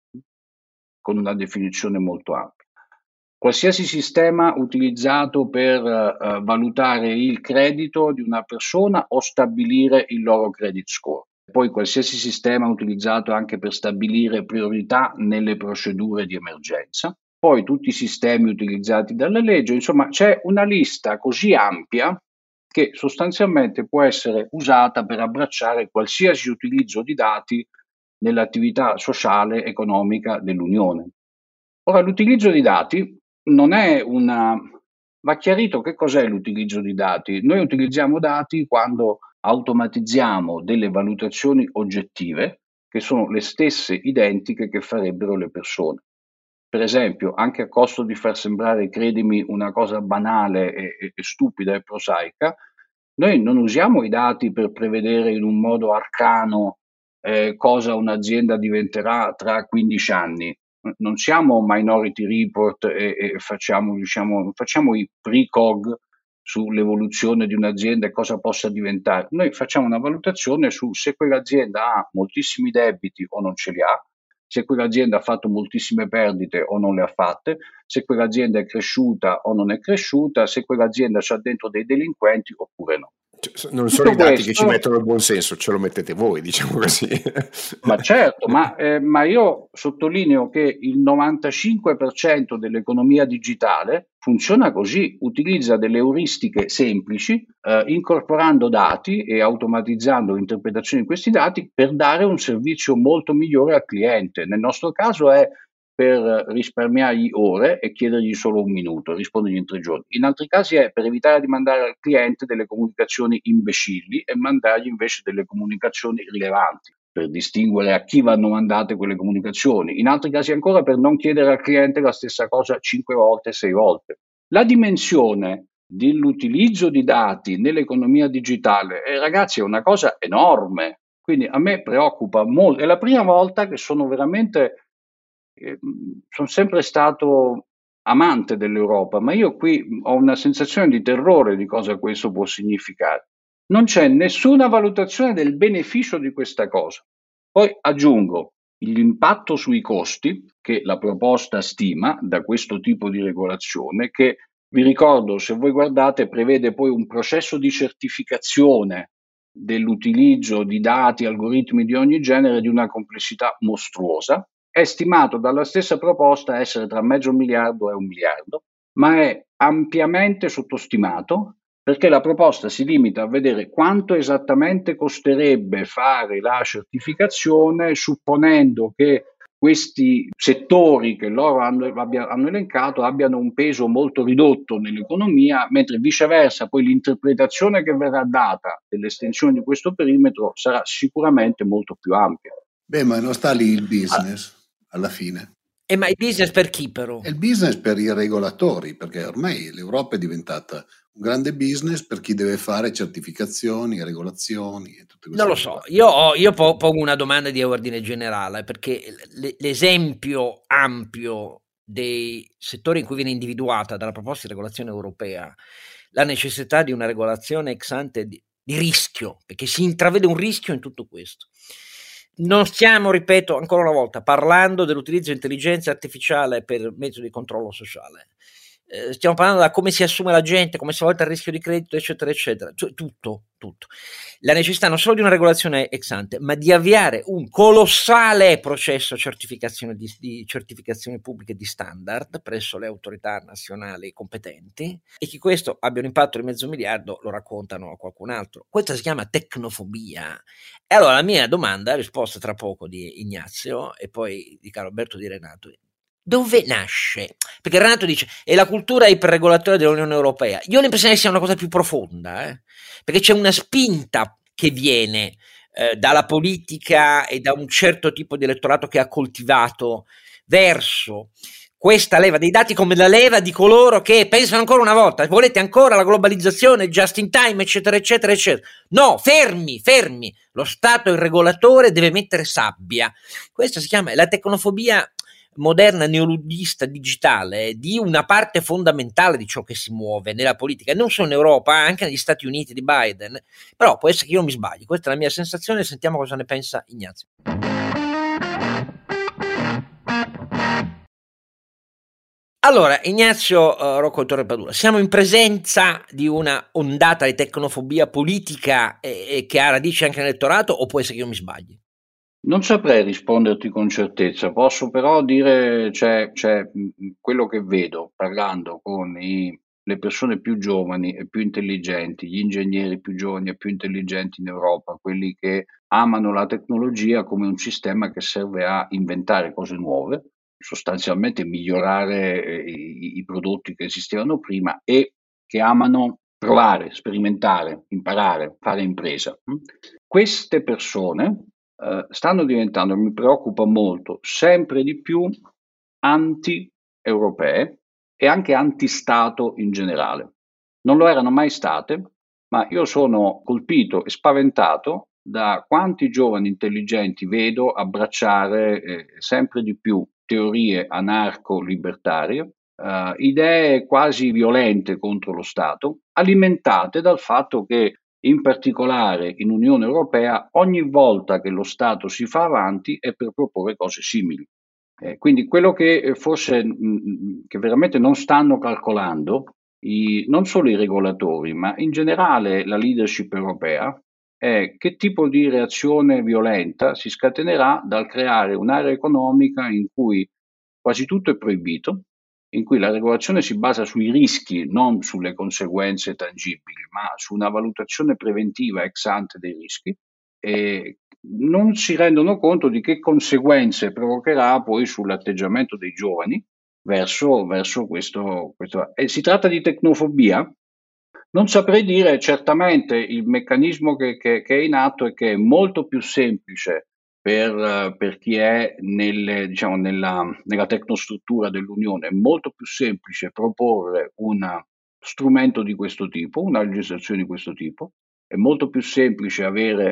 con una definizione molto ampia. Qualsiasi sistema utilizzato per uh, valutare il credito di una persona o stabilire il loro credit score. Poi qualsiasi sistema utilizzato anche per stabilire priorità nelle procedure di emergenza. Poi tutti i sistemi utilizzati dalla legge. Insomma, c'è una lista così ampia che sostanzialmente può essere usata per abbracciare qualsiasi utilizzo di dati nell'attività sociale e economica dell'Unione. Ora, l'utilizzo di dati non è una... Va chiarito che cos'è l'utilizzo di dati. Noi utilizziamo dati quando automatizziamo delle valutazioni oggettive che sono le stesse identiche che farebbero le persone. Per esempio, anche a costo di far sembrare, credimi, una cosa banale e, e, e stupida e prosaica, noi non usiamo i dati per prevedere in un modo arcano eh, cosa un'azienda diventerà tra quindici anni. Non siamo Minority Report e, e facciamo, diciamo, facciamo i pre-cog sull'evoluzione di un'azienda e cosa possa diventare. Noi facciamo una valutazione su se quell'azienda ha moltissimi debiti o non ce li ha, se quell'azienda ha fatto moltissime perdite o non le ha fatte, se quell'azienda è cresciuta o non è cresciuta, se quell'azienda c'ha dentro dei delinquenti oppure no. Cioè, non sono Tutto i dati questo, che ci mettono il buon senso, ce lo mettete voi, diciamo così. Ma certo, ma, eh, ma io sottolineo che il novantacinque per cento dell'economia digitale funziona così, utilizza delle euristiche semplici, eh, incorporando dati e automatizzando l'interpretazione di questi dati per dare un servizio molto migliore al cliente. Nel nostro caso è per risparmiargli ore e chiedergli solo un minuto, rispondergli in tre giorni. In altri casi è per evitare di mandare al cliente delle comunicazioni imbecilli e mandargli invece delle comunicazioni rilevanti, per distinguere a chi vanno mandate quelle comunicazioni. In altri casi ancora per non chiedere al cliente la stessa cosa cinque volte, sei volte. La dimensione dell'utilizzo di dati nell'economia digitale, eh, ragazzi, è una cosa enorme. Quindi a me preoccupa molto. È la prima volta che sono veramente... sono sempre stato amante dell'Europa, ma io qui ho una sensazione di terrore di cosa questo può significare. Non c'è nessuna valutazione del beneficio di questa cosa. Poi aggiungo l'impatto sui costi che la proposta stima da questo tipo di regolazione, che vi ricordo, se voi guardate, prevede poi un processo di certificazione dell'utilizzo di dati, algoritmi di ogni genere di una complessità mostruosa. È stimato dalla stessa proposta essere tra mezzo miliardo e un miliardo, ma è ampiamente sottostimato perché la proposta si limita a vedere quanto esattamente costerebbe fare la certificazione, supponendo che questi settori che loro hanno, hanno elencato abbiano un peso molto ridotto nell'economia, mentre viceversa poi l'interpretazione che verrà data dell'estensione di questo perimetro sarà sicuramente molto più ampia. Beh, ma non sta lì il business. Ah. Alla fine. E ma il business per chi però? È il business per i regolatori, perché ormai l'Europa è diventata un grande business per chi deve fare certificazioni, regolazioni e tutte queste Non lo cose. so, io, ho, io pongo una domanda di ordine generale, perché l'esempio ampio dei settori in cui viene individuata dalla proposta di regolazione europea la necessità di una regolazione ex ante di, di rischio, perché si intravede un rischio in tutto questo. Non stiamo, ripeto ancora una volta, parlando dell'utilizzo di intelligenza artificiale per mezzo di controllo sociale. Eh, stiamo parlando da come si assume la gente, come si valuta il rischio di credito, eccetera, eccetera. Cioè, tutto, tutto. La necessità non solo di una regolazione ex ante, ma di avviare un colossale processo certificazione di, di certificazioni pubbliche di standard presso le autorità nazionali competenti, e che questo abbia un impatto di mezzo miliardo lo raccontano a qualcun altro. Questa si chiama tecnofobia. E allora la mia domanda, risposta tra poco di Ignazio e poi di Carlo Alberto di Renato, dove nasce? Perché Renato dice è la cultura iperregolatoria dell'Unione Europea. Io ho l'impressione che sia una cosa più profonda, eh? Perché c'è una spinta che viene eh, dalla politica e da un certo tipo di elettorato che ha coltivato verso questa leva dei dati come la leva di coloro che pensano ancora una volta, volete ancora la globalizzazione, just in time, eccetera, eccetera, eccetera. No, fermi, fermi. Lo Stato, il regolatore, deve mettere sabbia. Questa si chiama la tecnofobia moderna, neoluddista, digitale, di una parte fondamentale di ciò che si muove nella politica, non solo in Europa, anche negli Stati Uniti di Biden. Però può essere che io mi sbagli, questa è la mia sensazione, sentiamo cosa ne pensa Ignazio. Allora, Ignazio uh, Rocco Torre Padula, siamo in presenza di una ondata di tecnofobia politica e, e che ha radici anche nell'elettorato, o può essere che io mi sbagli? Non saprei risponderti con certezza, posso però dire c'è, c'è quello che vedo parlando con i, le persone più giovani e più intelligenti, gli ingegneri più giovani e più intelligenti in Europa, quelli che amano la tecnologia come un sistema che serve a inventare cose nuove, sostanzialmente migliorare eh, i, i prodotti che esistevano prima e che amano provare, sperimentare, imparare, fare impresa. Queste persone Uh, stanno diventando, mi preoccupa molto, sempre di più anti-europee e anche anti-Stato in generale. Non lo erano mai state, ma io sono colpito e spaventato da quanti giovani intelligenti vedo abbracciare eh, sempre di più teorie anarco-libertarie, uh, idee quasi violente contro lo Stato, alimentate dal fatto che in particolare in Unione Europea ogni volta che lo Stato si fa avanti è per proporre cose simili. Eh, quindi quello che forse mh, che veramente non stanno calcolando i, non solo i regolatori, ma in generale la leadership europea è che tipo di reazione violenta si scatenerà dal creare un'area economica in cui quasi tutto è proibito, in cui la regolazione si basa sui rischi, non sulle conseguenze tangibili, ma su una valutazione preventiva ex ante dei rischi, e non si rendono conto di che conseguenze provocherà poi sull'atteggiamento dei giovani verso, verso questo, questo. E si tratta di tecnofobia? Non saprei dire, certamente il meccanismo che, che, che è in atto è che è molto più semplice per, per chi è nelle, diciamo, nella, nella tecnostruttura dell'Unione, è molto più semplice proporre un strumento di questo tipo, una legislazione di questo tipo, è molto più semplice avere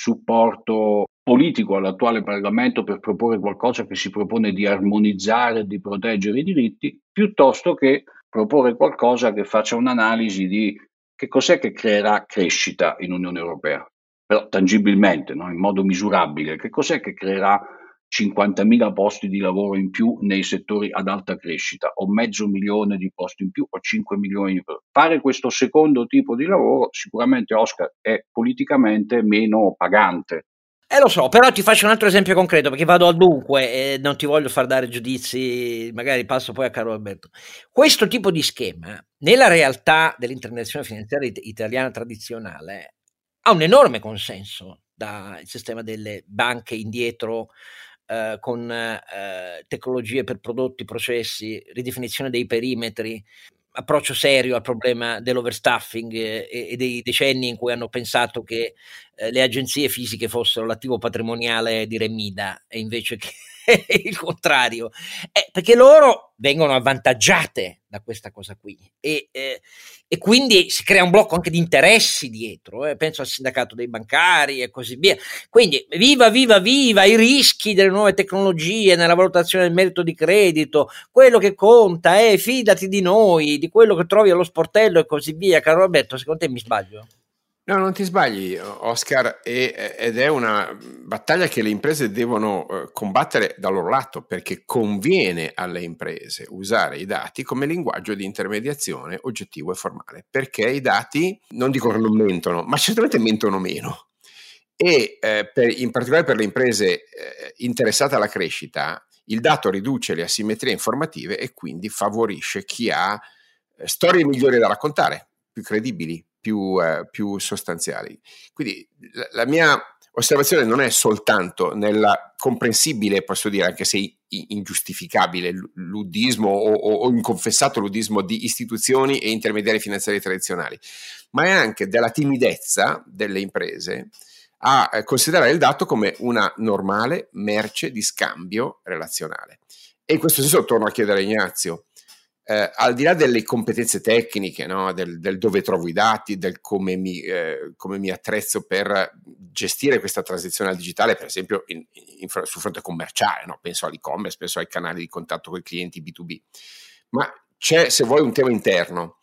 supporto politico all'attuale Parlamento per proporre qualcosa che si propone di armonizzare, di proteggere i diritti, piuttosto che proporre qualcosa che faccia un'analisi di che cos'è che creerà crescita in Unione Europea, però tangibilmente, no? In modo misurabile, che cos'è che creerà cinquantamila posti di lavoro in più nei settori ad alta crescita, o mezzo milione di posti in più, o cinque milioni di posti. Fare questo secondo tipo di lavoro sicuramente, Oscar, è politicamente meno pagante. Eh lo so, però ti faccio un altro esempio concreto, perché vado al dunque e non ti voglio far dare giudizi, magari passo poi a Carlo Alberto. Questo tipo di schema, nella realtà dell'intermediazione finanziaria italiana tradizionale, ha un enorme consenso dal sistema delle banche indietro, eh, con eh, tecnologie per prodotti, processi, ridefinizione dei perimetri, approccio serio al problema dell'overstaffing e, e dei decenni in cui hanno pensato che eh, le agenzie fisiche fossero l'attivo patrimoniale di Remida e invece che il contrario, eh, perché loro vengono avvantaggiate da questa cosa qui e, eh, e quindi si crea un blocco anche di interessi dietro, eh. Penso al sindacato dei bancari e così via. Quindi viva viva viva i rischi delle nuove tecnologie nella valutazione del merito di credito, quello che conta è fidati di noi, di quello che trovi allo sportello e così via. Carlo Alberto, secondo te mi sbaglio? No, non ti sbagli, Oscar, e, ed è una battaglia che le imprese devono eh, combattere dal loro lato, perché conviene alle imprese usare i dati come linguaggio di intermediazione oggettivo e formale, perché i dati, non dico che non mentono, ma certamente mentono meno. E eh, per, in particolare per le imprese eh, interessate alla crescita, il dato riduce le asimmetrie informative e quindi favorisce chi ha eh, storie migliori da raccontare, più credibili, più, eh, più sostanziali. Quindi la, la mia osservazione non è soltanto nella comprensibile, posso dire anche se ingiustificabile, luddismo o, o inconfessato luddismo di istituzioni e intermediari finanziari tradizionali, ma è anche della timidezza delle imprese a eh, considerare il dato come una normale merce di scambio relazionale. E in questo senso torno a chiedere a Ignazio, eh, al di là delle competenze tecniche, no? del, del dove trovo i dati, del come mi, eh, come mi attrezzo per gestire questa transizione al digitale, per esempio in, in, sul fronte commerciale, no? Penso all'e-commerce, penso ai canali di contatto con i clienti B due B, ma c'è, se vuoi, un tema interno: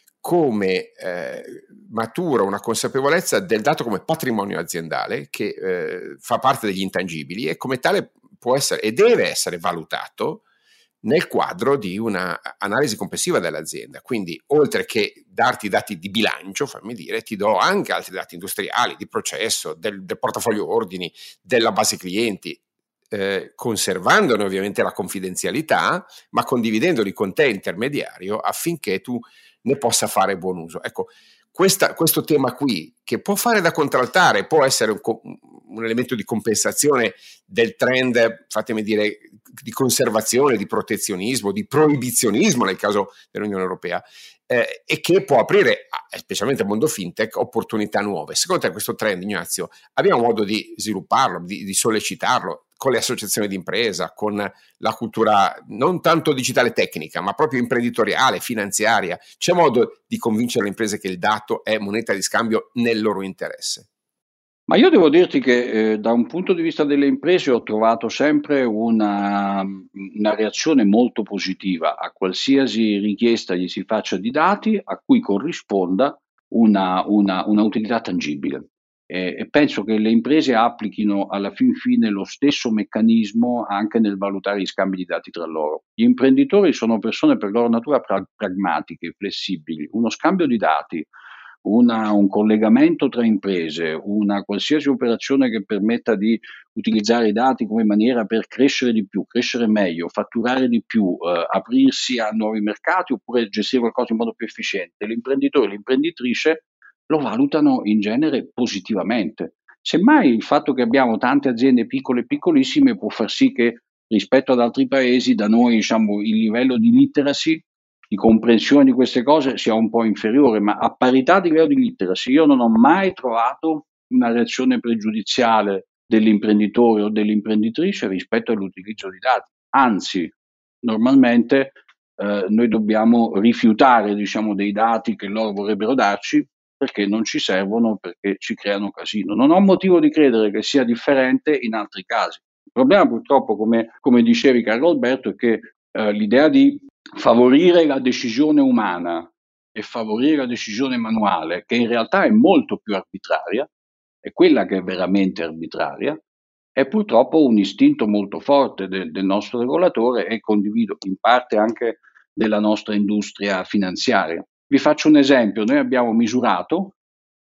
come eh, matura una consapevolezza del dato come patrimonio aziendale che eh, fa parte degli intangibili e come tale può essere e deve essere valutato nel quadro di una analisi complessiva dell'azienda. Quindi, oltre che darti dati di bilancio, fammi dire, ti do anche altri dati industriali, di processo, del, del portafoglio ordini, della base clienti, eh, conservandone ovviamente la confidenzialità, ma condividendoli con te intermediario affinché tu ne possa fare buon uso. Ecco, questa, questo tema qui, che può fare da contraltare, può essere un, un elemento di compensazione del trend, fatemi dire, di conservazione, di protezionismo, di proibizionismo nel caso dell'Unione Europea, eh, e che può aprire, specialmente al mondo fintech, opportunità nuove. Secondo te questo trend, Ignazio, abbiamo modo di svilupparlo, di, di sollecitarlo con le associazioni di impresa, con la cultura non tanto digitale tecnica, ma proprio imprenditoriale, finanziaria? C'è modo di convincere le imprese che il dato è moneta di scambio nel loro interesse? Ma io devo dirti che eh, da un punto di vista delle imprese ho trovato sempre una, una reazione molto positiva a qualsiasi richiesta gli si faccia di dati a cui corrisponda una, una, una utilità tangibile. E, e penso che le imprese applichino alla fin fine lo stesso meccanismo anche nel valutare gli scambi di dati tra loro. Gli imprenditori sono persone per loro natura pra- pragmatiche, flessibili. Uno scambio di dati, Una, un collegamento tra imprese, una qualsiasi operazione che permetta di utilizzare i dati come maniera per crescere di più, crescere meglio, fatturare di più, eh, aprirsi a nuovi mercati oppure gestire qualcosa in modo più efficiente, l'imprenditore e l'imprenditrice lo valutano in genere positivamente. Semmai il fatto che abbiamo tante aziende piccole e piccolissime può far sì che rispetto ad altri paesi da noi, diciamo, il livello di literacy, di comprensione di queste cose sia un po' inferiore, ma a parità di livello di literacy io non ho mai trovato una reazione pregiudiziale dell'imprenditore o dell'imprenditrice rispetto all'utilizzo di dati. Anzi, normalmente eh, noi dobbiamo rifiutare, diciamo, dei dati che loro vorrebbero darci perché non ci servono, perché ci creano casino. Non ho motivo di credere che sia differente in altri casi. Il problema purtroppo, come, come dicevi Carlo Alberto, è che eh, l'idea di favorire la decisione umana e favorire la decisione manuale, che in realtà è molto più arbitraria, è quella che è veramente arbitraria, è purtroppo un istinto molto forte del, del nostro regolatore e condivido in parte anche della nostra industria finanziaria. Vi faccio un esempio: noi abbiamo misurato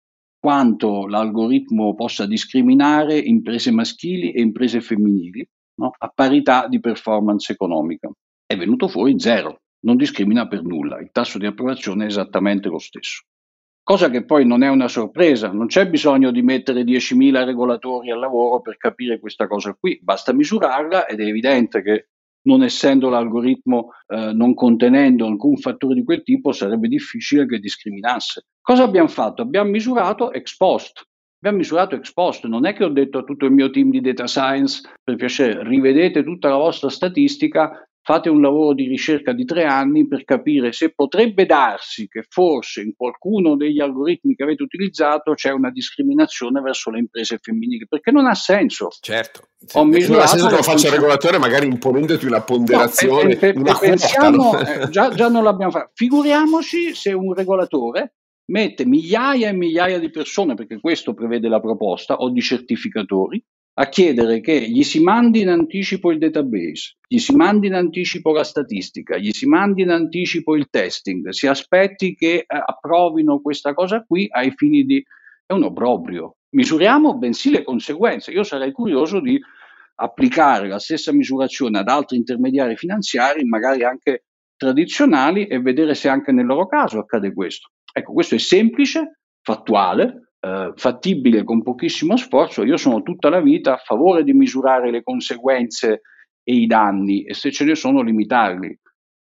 quanto l'algoritmo possa discriminare imprese maschili e imprese femminili, no? A parità di performance economica. È venuto fuori zero, non discrimina per nulla, il tasso di approvazione è esattamente lo stesso. Cosa che poi non è una sorpresa, non c'è bisogno di mettere diecimila regolatori al lavoro per capire questa cosa qui, basta misurarla ed è evidente che non essendo l'algoritmo, eh, non contenendo alcun fattore di quel tipo, sarebbe difficile che discriminasse. Cosa abbiamo fatto? Abbiamo misurato ex post. Abbiamo misurato ex post, non è che ho detto a tutto il mio team di data science, per piacere, rivedete tutta la vostra statistica, fate un lavoro di ricerca di tre anni per capire se potrebbe darsi che forse in qualcuno degli algoritmi che avete utilizzato c'è una discriminazione verso le imprese femminili, perché non ha senso. Certo, ho misurato, non ha senso che lo faccia il regolatore magari imponendoti una ponderazione, no, pe, pe, una pe, pensiamo, quota. eh, già, già non l'abbiamo fatto. Figuriamoci se un regolatore mette migliaia e migliaia di persone, perché questo prevede la proposta, o di certificatori, a chiedere che gli si mandi in anticipo il database, gli si mandi in anticipo la statistica, gli si mandi in anticipo il testing, si aspetti che eh, approvino questa cosa qui ai fini di... è un obbrobrio. Misuriamo bensì le conseguenze. Io sarei curioso di applicare la stessa misurazione ad altri intermediari finanziari, magari anche tradizionali, e vedere se anche nel loro caso accade questo. Ecco, questo è semplice, fattuale, Uh, fattibile con pochissimo sforzo. Io sono tutta la vita a favore di misurare le conseguenze e i danni e se ce ne sono limitarli.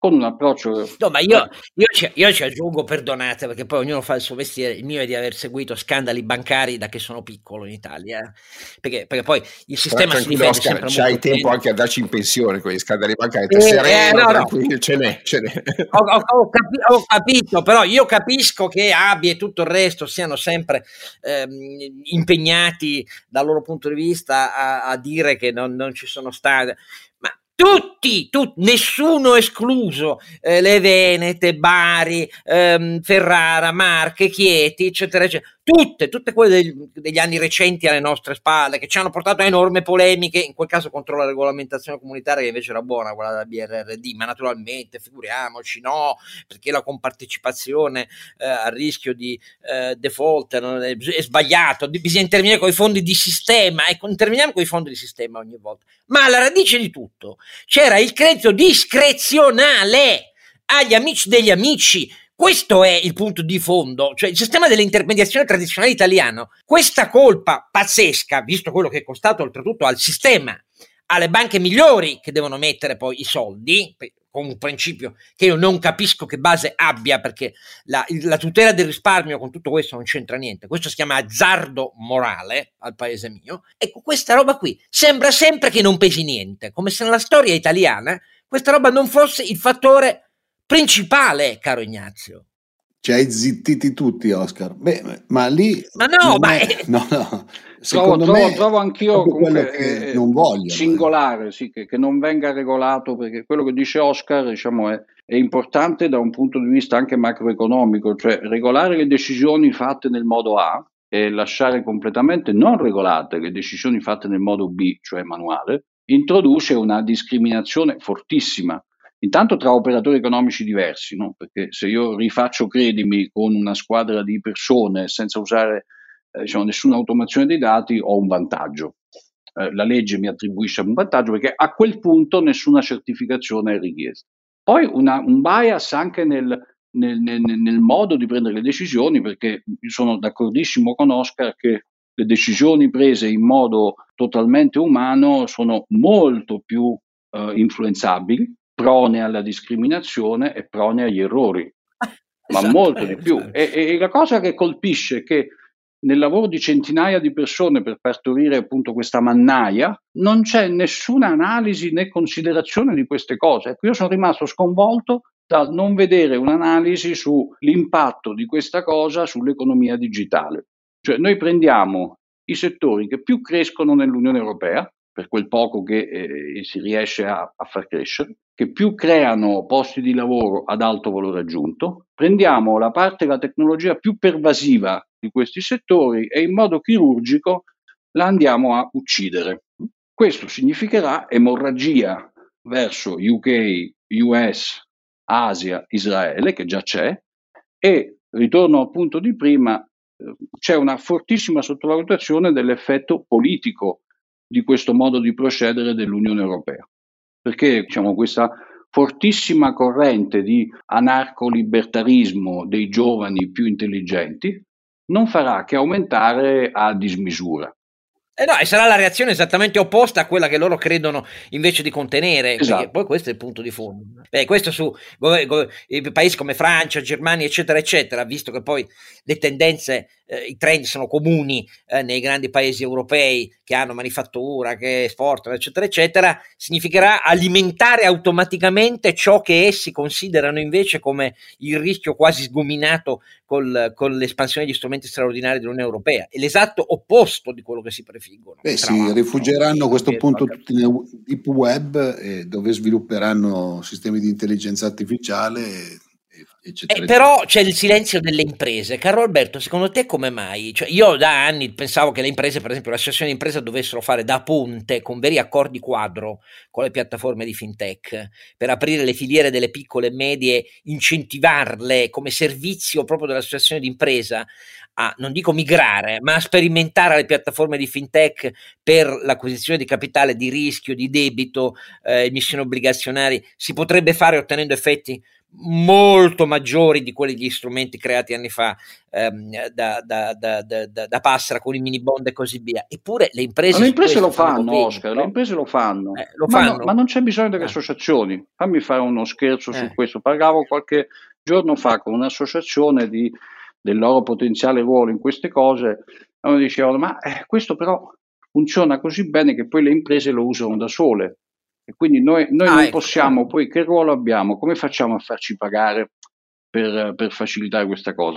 con un approccio... No, ma io, io, ci, io ci aggiungo, perdonate, perché poi ognuno fa il suo mestiere, il mio è di aver seguito scandali bancari da che sono piccolo in Italia, eh. perché, perché poi il sistema si difende Oscar, sempre c'hai molto tempo bene. anche a darci in pensione con gli scandali bancari, Eh, sereno, eh, no, tranquillo, no. ce n'è, ce n'è. Ho, ho, ho, capi- ho capito, però io capisco che A B I e tutto il resto siano sempre ehm, impegnati dal loro punto di vista a, a dire che non, non ci sono state, ma tutti, tutti, nessuno escluso, eh, le Venete, Bari, ehm, Ferrara, Marche, Chieti, eccetera, eccetera, tutte, tutte quelle degli, degli anni recenti alle nostre spalle, che ci hanno portato a enormi polemiche, in quel caso contro la regolamentazione comunitaria, che invece era buona, quella della B R R D, ma naturalmente, figuriamoci, no, perché la compartecipazione eh, a rischio di eh, default non è, è sbagliato, bisogna intervenire con i fondi di sistema, e interveniamo con i fondi di sistema ogni volta, ma alla radice di tutto c'era il credito discrezionale agli amici degli amici. Questo è il punto di fondo, cioè il sistema dell'intermediazione tradizionale italiano. Questa colpa pazzesca, visto quello che è costato oltretutto al sistema, alle banche migliori che devono mettere poi i soldi, con un principio che io non capisco che base abbia, perché la, la tutela del risparmio con tutto questo non c'entra niente. Questo si chiama azzardo morale al paese mio. Ecco, questa roba qui sembra sempre che non pesi niente, come se nella storia italiana questa roba non fosse il fattore principale, caro Ignazio. Ci hai zittiti tutti, Oscar. Beh, ma lì ma no, ma è, è... no, no. Secondo trovo, me trovo, trovo anch'io comunque, che eh, non vogliono, singolare, eh. sì, che, che non venga regolato, perché quello che dice Oscar, diciamo, è, è importante da un punto di vista anche macroeconomico, cioè regolare le decisioni fatte nel modo A e lasciare completamente non regolate le decisioni fatte nel modo B, cioè manuale, introduce una discriminazione fortissima. Intanto tra operatori economici diversi, no? Perché se io rifaccio credimi con una squadra di persone senza usare eh, diciamo, nessuna automazione dei dati, ho un vantaggio. Eh, la legge mi attribuisce un vantaggio perché a quel punto nessuna certificazione è richiesta. Poi una, un bias anche nel, nel, nel, nel modo di prendere le decisioni, perché io sono d'accordissimo con Oscar che le decisioni prese in modo totalmente umano sono molto più eh, influenzabili, prone alla discriminazione e prone agli errori, ma esatto, molto di più. E, e la cosa che colpisce è che nel lavoro di centinaia di persone per partorire appunto questa mannaia non c'è nessuna analisi né considerazione di queste cose. Ecco, io sono rimasto sconvolto dal non vedere un'analisi sull'impatto di questa cosa sull'economia digitale. Cioè noi prendiamo i settori che più crescono nell'Unione Europea, per quel poco che eh, si riesce a, a far crescere, che più creano posti di lavoro ad alto valore aggiunto, prendiamo la parte della tecnologia più pervasiva di questi settori e in modo chirurgico la andiamo a uccidere. Questo significherà emorragia verso U K, U S, Asia, Israele, che già c'è, e ritorno al punto di prima, eh, c'è una fortissima sottovalutazione dell'effetto politico di questo modo di procedere dell'Unione Europea, perché diciamo, questa fortissima corrente di anarco-libertarismo dei giovani più intelligenti non farà che aumentare a dismisura. Eh no, e sarà la reazione esattamente opposta a quella che loro credono invece di contenere, esatto. Perché poi questo è il punto di fondo. Beh, questo su go- go- paesi come Francia, Germania, eccetera, eccetera, visto che poi le tendenze, eh, i trend sono comuni eh, nei grandi paesi europei che hanno manifattura, che esportano, eccetera, eccetera, significherà alimentare automaticamente ciò che essi considerano invece come il rischio quasi sgominato col, con l'espansione degli strumenti straordinari dell'Unione Europea. È l'esatto opposto di quello che si prefiggono. Beh, si rifugieranno a questo punto tutti nel deep web, eh, dove svilupperanno sistemi di intelligenza artificiale, eccetera, eh, però c'è il silenzio delle imprese. Caro Alberto, secondo te come mai? Cioè, io da anni pensavo che le imprese, per esempio l'associazione di impresa, dovessero fare da ponte con veri accordi quadro con le piattaforme di fintech per aprire le filiere delle piccole e medie, incentivarle come servizio proprio dell'associazione di impresa a, non dico migrare, ma a sperimentare le piattaforme di fintech per l'acquisizione di capitale di rischio, di debito, eh, emissioni obbligazionarie. Si potrebbe fare ottenendo effetti molto maggiori di quelli gli strumenti creati anni fa ehm, da, da, da, da, da Passera con i mini bond e così via. Eppure le imprese, le imprese lo fanno, fanno, Oscar, no? Le imprese lo fanno, eh, lo ma, fanno? No, ma non c'è bisogno delle eh. associazioni. Fammi fare uno scherzo eh. su questo. Parlavo qualche giorno fa con un'associazione di, del loro potenziale ruolo in queste cose, e mi dicevano, ma eh, questo però funziona così bene che poi le imprese lo usano da sole. E quindi noi, noi ah, non ecco. possiamo, poi che ruolo abbiamo? Come facciamo a farci pagare per, per facilitare questa cosa?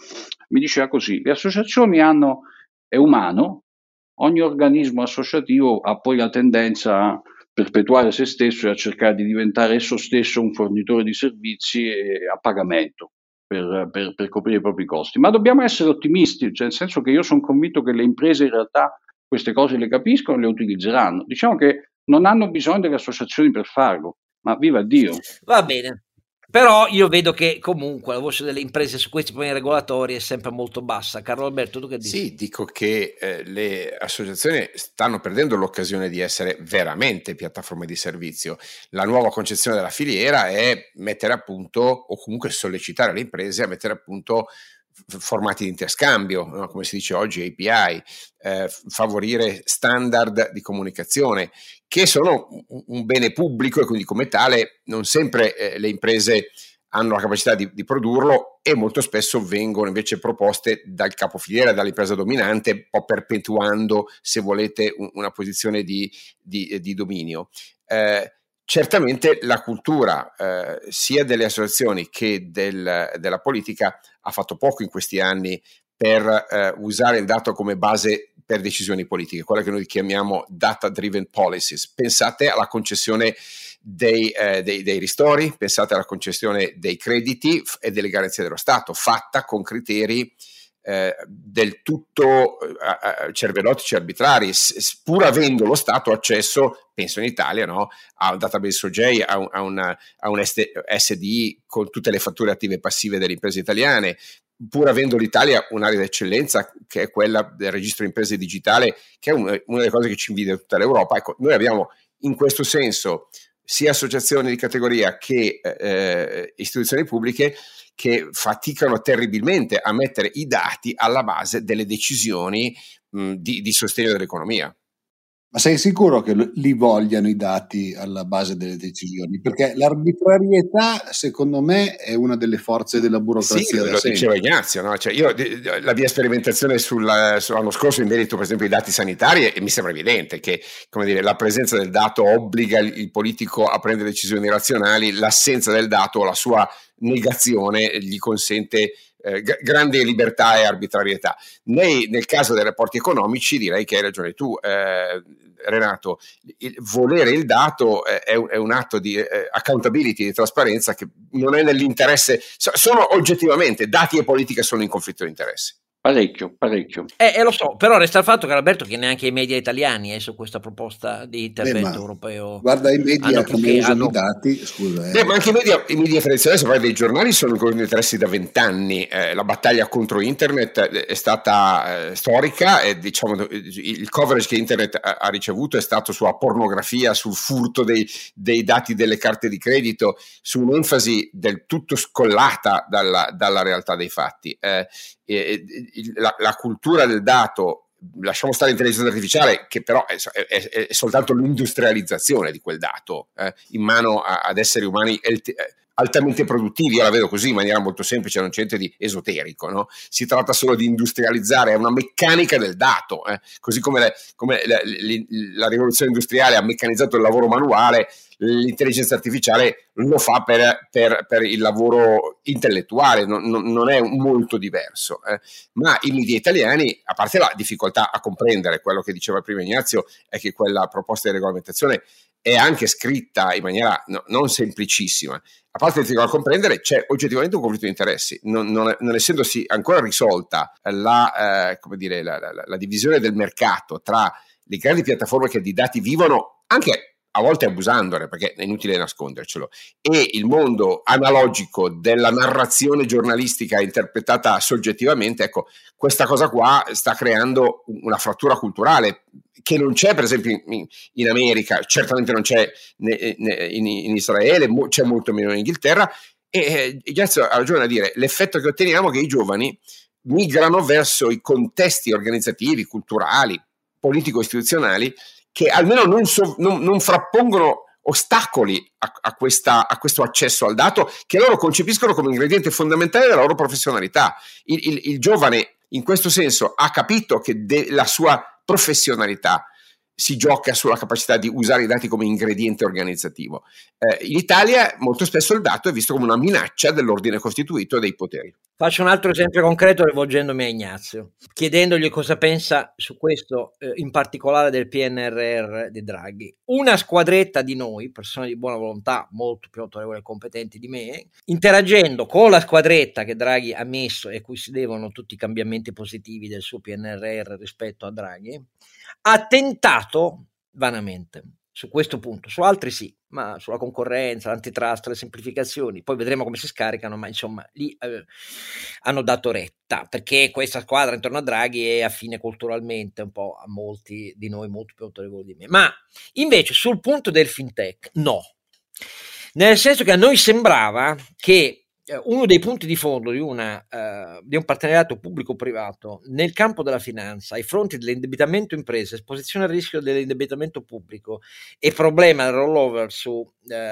Mi diceva così, le associazioni hanno, è umano, ogni organismo associativo ha poi la tendenza a perpetuare se stesso e a cercare di diventare esso stesso un fornitore di servizi a pagamento per, per, per coprire i propri costi. Ma dobbiamo essere ottimisti, cioè nel senso che io sono convinto che le imprese in realtà queste cose le capiscono e le utilizzeranno. Diciamo che non hanno bisogno delle associazioni per farlo, ma viva Dio. Va bene, però io vedo che comunque la voce delle imprese su questi problemi regolatori è sempre molto bassa. Carlo Alberto, tu che dici? Sì, dico che eh, le associazioni stanno perdendo l'occasione di essere veramente piattaforme di servizio. La nuova concezione della filiera è mettere a punto, o comunque sollecitare le imprese a mettere a punto formati di interscambio, no? Come si dice oggi A P I, eh, favorire standard di comunicazione che sono un bene pubblico e quindi come tale non sempre eh, le imprese hanno la capacità di, di produrlo e molto spesso vengono invece proposte dal capofiliera, dall'impresa dominante, un po' perpetuando, se volete, un, una posizione di, di, di dominio. Eh, Certamente la cultura eh, sia delle associazioni che del, della politica ha fatto poco in questi anni per eh, usare il dato come base per decisioni politiche, quella che noi chiamiamo data driven policies. Pensate alla concessione dei, eh, dei, dei ristori, pensate alla concessione dei crediti e delle garanzie dello Stato, fatta con criteri Eh, del tutto eh, cervellotici arbitrari, s- pur avendo lo Stato accesso, penso in Italia, no, a un database O J, a un, a una, a un S D I con tutte le fatture attive e passive delle imprese italiane, pur avendo l'Italia un'area d'eccellenza che è quella del registro imprese digitale, che è un, una delle cose che ci invidia tutta l'Europa. Ecco, noi abbiamo in questo senso sia associazioni di categoria che eh, istituzioni pubbliche che faticano terribilmente a mettere i dati alla base delle decisioni mh, di, di sostegno dell'economia. Ma sei sicuro che li vogliano i dati alla base delle decisioni? Perché l'arbitrarietà, secondo me, è una delle forze della burocrazia. Sì, lo sempre. Diceva Ignazio, no? Cioè io, la mia sperimentazione sul, sull'anno scorso in merito, per esempio, ai dati sanitari, e mi sembra evidente che, come dire, la presenza del dato obbliga il politico a prendere decisioni razionali, l'assenza del dato, la sua negazione gli consente eh, g- grande libertà e arbitrarietà. Nei, nel caso dei rapporti economici direi che hai ragione tu, eh, Renato, il, volere il dato eh, è, un, è un atto di eh, accountability, di trasparenza che non è nell'interesse, so, sono oggettivamente, dati e politica sono in conflitto di interesse. Parecchio, parecchio. Eh, eh, lo so, però resta il fatto che Alberto che neanche i media italiani eh, su questa proposta di intervento Beh, europeo. Guarda i media come usano hanno... i dati, scusa. Eh. Beh, ma anche i media, i media tradizionali, se parli dei giornali, sono in conflitto di interessi da vent'anni. Eh, la battaglia contro internet è stata eh, storica e diciamo il coverage che internet ha, ha ricevuto è stato sulla pornografia, sul furto dei, dei dati delle carte di credito, su un'enfasi del tutto scollata dalla, dalla realtà dei fatti. Eh, eh, la, la cultura del dato, lasciamo stare l'intelligenza artificiale che però è, è, è soltanto l'industrializzazione di quel dato eh, in mano a, ad esseri umani eh, altamente produttivi. Io la vedo così in maniera molto semplice, non c'è niente di esoterico, no? Si tratta solo di industrializzare, è una meccanica del dato, eh? Così come, le, come la, la, la rivoluzione industriale ha meccanizzato il lavoro manuale, l'intelligenza artificiale lo fa per, per, per il lavoro intellettuale, non, non è molto diverso. Eh. Ma i media italiani, a parte la difficoltà a comprendere quello che diceva prima Ignazio, è che quella proposta di regolamentazione è anche scritta in maniera no, non semplicissima. A parte la difficoltà a comprendere, c'è oggettivamente un conflitto di interessi, non, non, non essendosi ancora risolta la, eh, come dire, la, la, la divisione del mercato tra le grandi piattaforme che di dati vivono, anche a volte abusandone, perché è inutile nascondercelo, e il mondo analogico della narrazione giornalistica interpretata soggettivamente. Ecco, questa cosa qua sta creando una frattura culturale che non c'è per esempio in, in America, certamente non c'è in, in Israele, c'è molto meno in Inghilterra, E Ignazio ha ragione a dire, l'effetto che otteniamo è che i giovani migrano verso i contesti organizzativi, culturali, politico-istituzionali che almeno non, so, non, non frappongono ostacoli a, a, questa, a questo accesso al dato, che loro concepiscono come ingrediente fondamentale della loro professionalità. Il, il, il giovane in questo senso ha capito che de, la sua professionalità si gioca sulla capacità di usare i dati come ingrediente organizzativo. Eh, in Italia molto spesso il dato è visto come una minaccia dell'ordine costituito e dei poteri. Faccio un altro esempio concreto rivolgendomi a Ignazio, chiedendogli cosa pensa su questo, eh, in particolare del P N R R di Draghi. Una squadretta di noi, persone di buona volontà, molto più autorevoli e competenti di me, interagendo con la squadretta che Draghi ha messo e cui si devono tutti i cambiamenti positivi del suo P N R R rispetto a Draghi, ha tentato vanamente su questo punto, su altri sì, ma sulla concorrenza, l'antitrust, le semplificazioni, poi vedremo come si scaricano, ma insomma lì eh, hanno dato retta, perché questa squadra intorno a Draghi è affine culturalmente un po' a molti di noi molto più autorevoli di me. Ma invece sul punto del fintech no, nel senso che a noi sembrava che uno dei punti di fondo di, una, uh, di un partenariato pubblico-privato nel campo della finanza ai fronti dell'indebitamento imprese, esposizione al rischio dell'indebitamento pubblico e problema del rollover sugli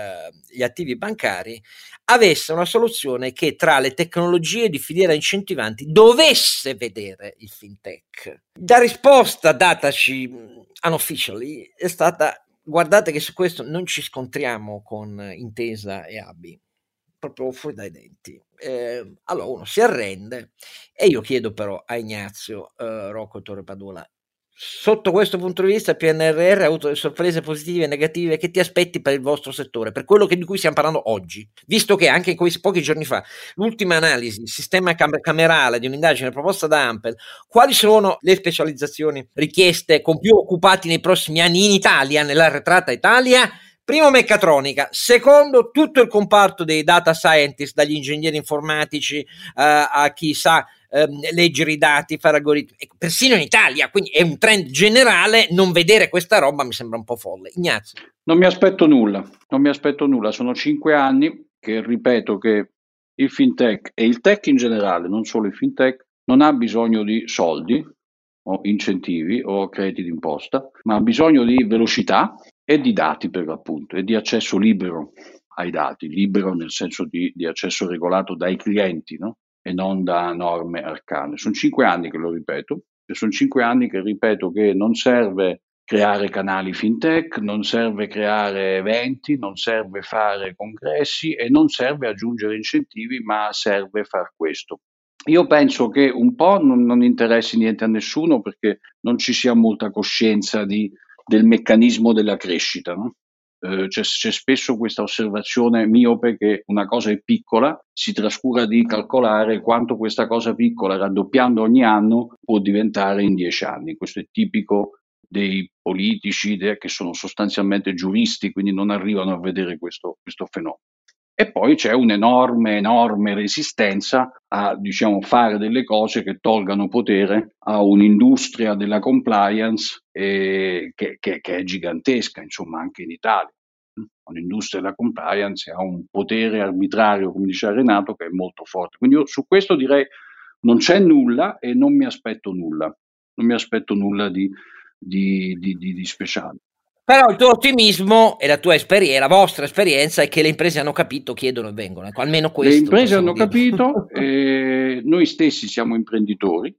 uh, attivi bancari avesse una soluzione che tra le tecnologie di filiera incentivanti dovesse vedere il fintech. La risposta dataci unofficially è stata: guardate che su questo non ci scontriamo con Intesa e A B I, proprio fuori dai denti. Eh, allora uno si arrende, e io chiedo però a Ignazio eh, Rocco Torre Padula, sotto questo punto di vista il P N R R ha avuto delle sorprese positive e negative, che ti aspetti per il vostro settore, per quello che, di cui stiamo parlando oggi, visto che anche in questi pochi giorni fa l'ultima analisi, il sistema cam- camerale di un'indagine proposta da Ampel, quali sono le specializzazioni richieste con più occupati nei prossimi anni in Italia, nell'arretrata Italia? Primo meccatronica, secondo tutto il comparto dei data scientist, dagli ingegneri informatici uh, a chi sa uh, leggere i dati, fare algoritmi, persino in Italia, quindi è un trend generale. Non vedere questa roba mi sembra un po' folle. Ignazio? Non mi aspetto nulla, non mi aspetto nulla, sono cinque anni che ripeto che il fintech e il tech in generale, non solo il fintech, non ha bisogno di soldi o incentivi o crediti d'imposta, ma ha bisogno di velocità e di dati, per l'appunto, e di accesso libero ai dati, libero nel senso di, di accesso regolato dai clienti, no? E non da norme arcane. Sono cinque anni che lo ripeto, e sono cinque anni che ripeto che non serve creare canali fintech, non serve creare eventi, non serve fare congressi e non serve aggiungere incentivi, ma serve far questo. Io penso che un po' non, non interessi niente a nessuno, perché non ci sia molta coscienza di del meccanismo della crescita, no? Eh, c'è, c'è spesso questa osservazione miope che una cosa è piccola, si trascura di calcolare quanto questa cosa piccola, raddoppiando ogni anno, può diventare in dieci anni. Questo è tipico dei politici de, che sono sostanzialmente giuristi, quindi non arrivano a vedere questo, questo fenomeno. E poi c'è un'enorme, enorme resistenza a, diciamo, fare delle cose che tolgano potere a un'industria della compliance eh, che, che, che è gigantesca, insomma, anche in Italia. Un'industria della compliance ha un potere arbitrario, come diceva Renato, che è molto forte. Quindi io su questo direi non c'è nulla e non mi aspetto nulla. Non mi aspetto nulla di, di, di, di, di speciale. Però il tuo ottimismo e la tua esperienza, la vostra esperienza è che le imprese hanno capito, chiedono e vengono. Ecco, almeno questo. Le imprese hanno dire. capito, eh, noi stessi siamo imprenditori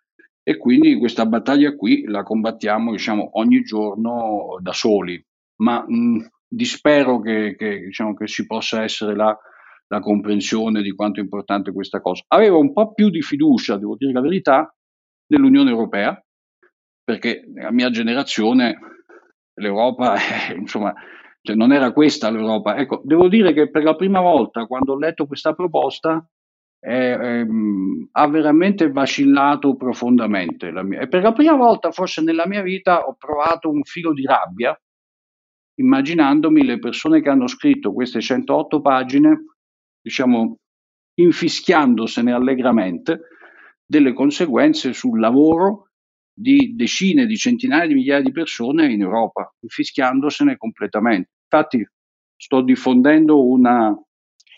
e quindi questa battaglia qui la combattiamo, diciamo, ogni giorno da soli. Ma mh, dispero che, che, diciamo, che ci possa essere la, la comprensione di quanto è importante questa cosa. Avevo un po' più di fiducia, devo dire la verità, nell'Unione Europea, perché la mia generazione, l'Europa, eh, insomma, cioè non era questa l'Europa. Ecco, devo dire che per la prima volta, quando ho letto questa proposta, eh, ehm, ha veramente vacillato profondamente. La mia, e per la prima volta, forse nella mia vita, ho provato un filo di rabbia, immaginandomi le persone che hanno scritto queste centootto pagine, diciamo, infischiandosene allegramente delle conseguenze sul lavoro di decine di centinaia di migliaia di persone in Europa, infischiandosene completamente. Infatti sto diffondendo una, una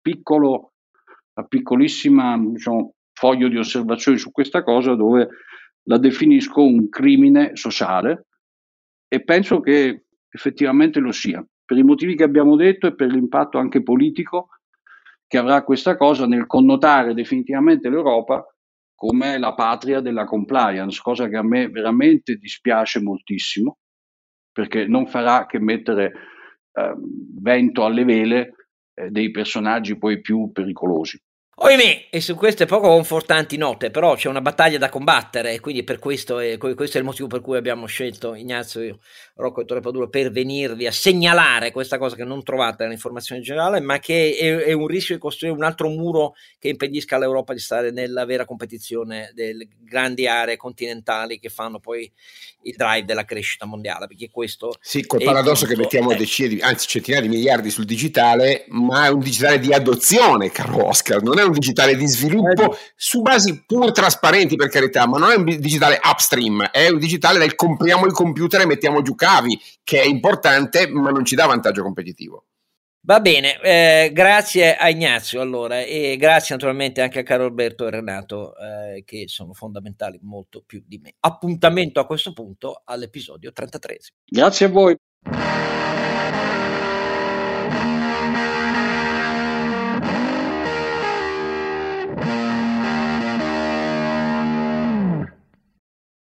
piccolo, una piccolissima, diciamo, foglio di osservazioni su questa cosa, dove la definisco un crimine sociale, e penso che effettivamente lo sia, per i motivi che abbiamo detto e per l'impatto anche politico che avrà questa cosa nel connotare definitivamente l'Europa come la patria della compliance, cosa che a me veramente dispiace moltissimo, perché non farà che mettere eh, vento alle vele eh, dei personaggi poi più pericolosi. Ohimè, e su queste poco confortanti note, però c'è una battaglia da combattere, e quindi per questo, è, questo è il motivo per cui abbiamo scelto Ignazio Rocco e Ettore Paduro per venirvi a segnalare questa cosa che non trovate nell'informazione generale, ma che è, è un rischio di costruire un altro muro che impedisca all'Europa di stare nella vera competizione delle grandi aree continentali che fanno poi il drive della crescita mondiale, perché questo sì, col è paradosso che mettiamo eh. decine di, anzi centinaia di miliardi sul digitale, ma è un digitale di adozione, caro Oscar, non è un digitale di sviluppo su basi pur trasparenti, per carità, ma non è un digitale upstream, è un digitale del compriamo il computer e mettiamo giù cavi, che è importante ma non ci dà vantaggio competitivo. Va bene, eh, grazie a Ignazio allora, e grazie naturalmente anche a caro Alberto e Renato eh, che sono fondamentali molto più di me. Appuntamento a questo punto all'episodio trentatreesimo. Grazie a voi.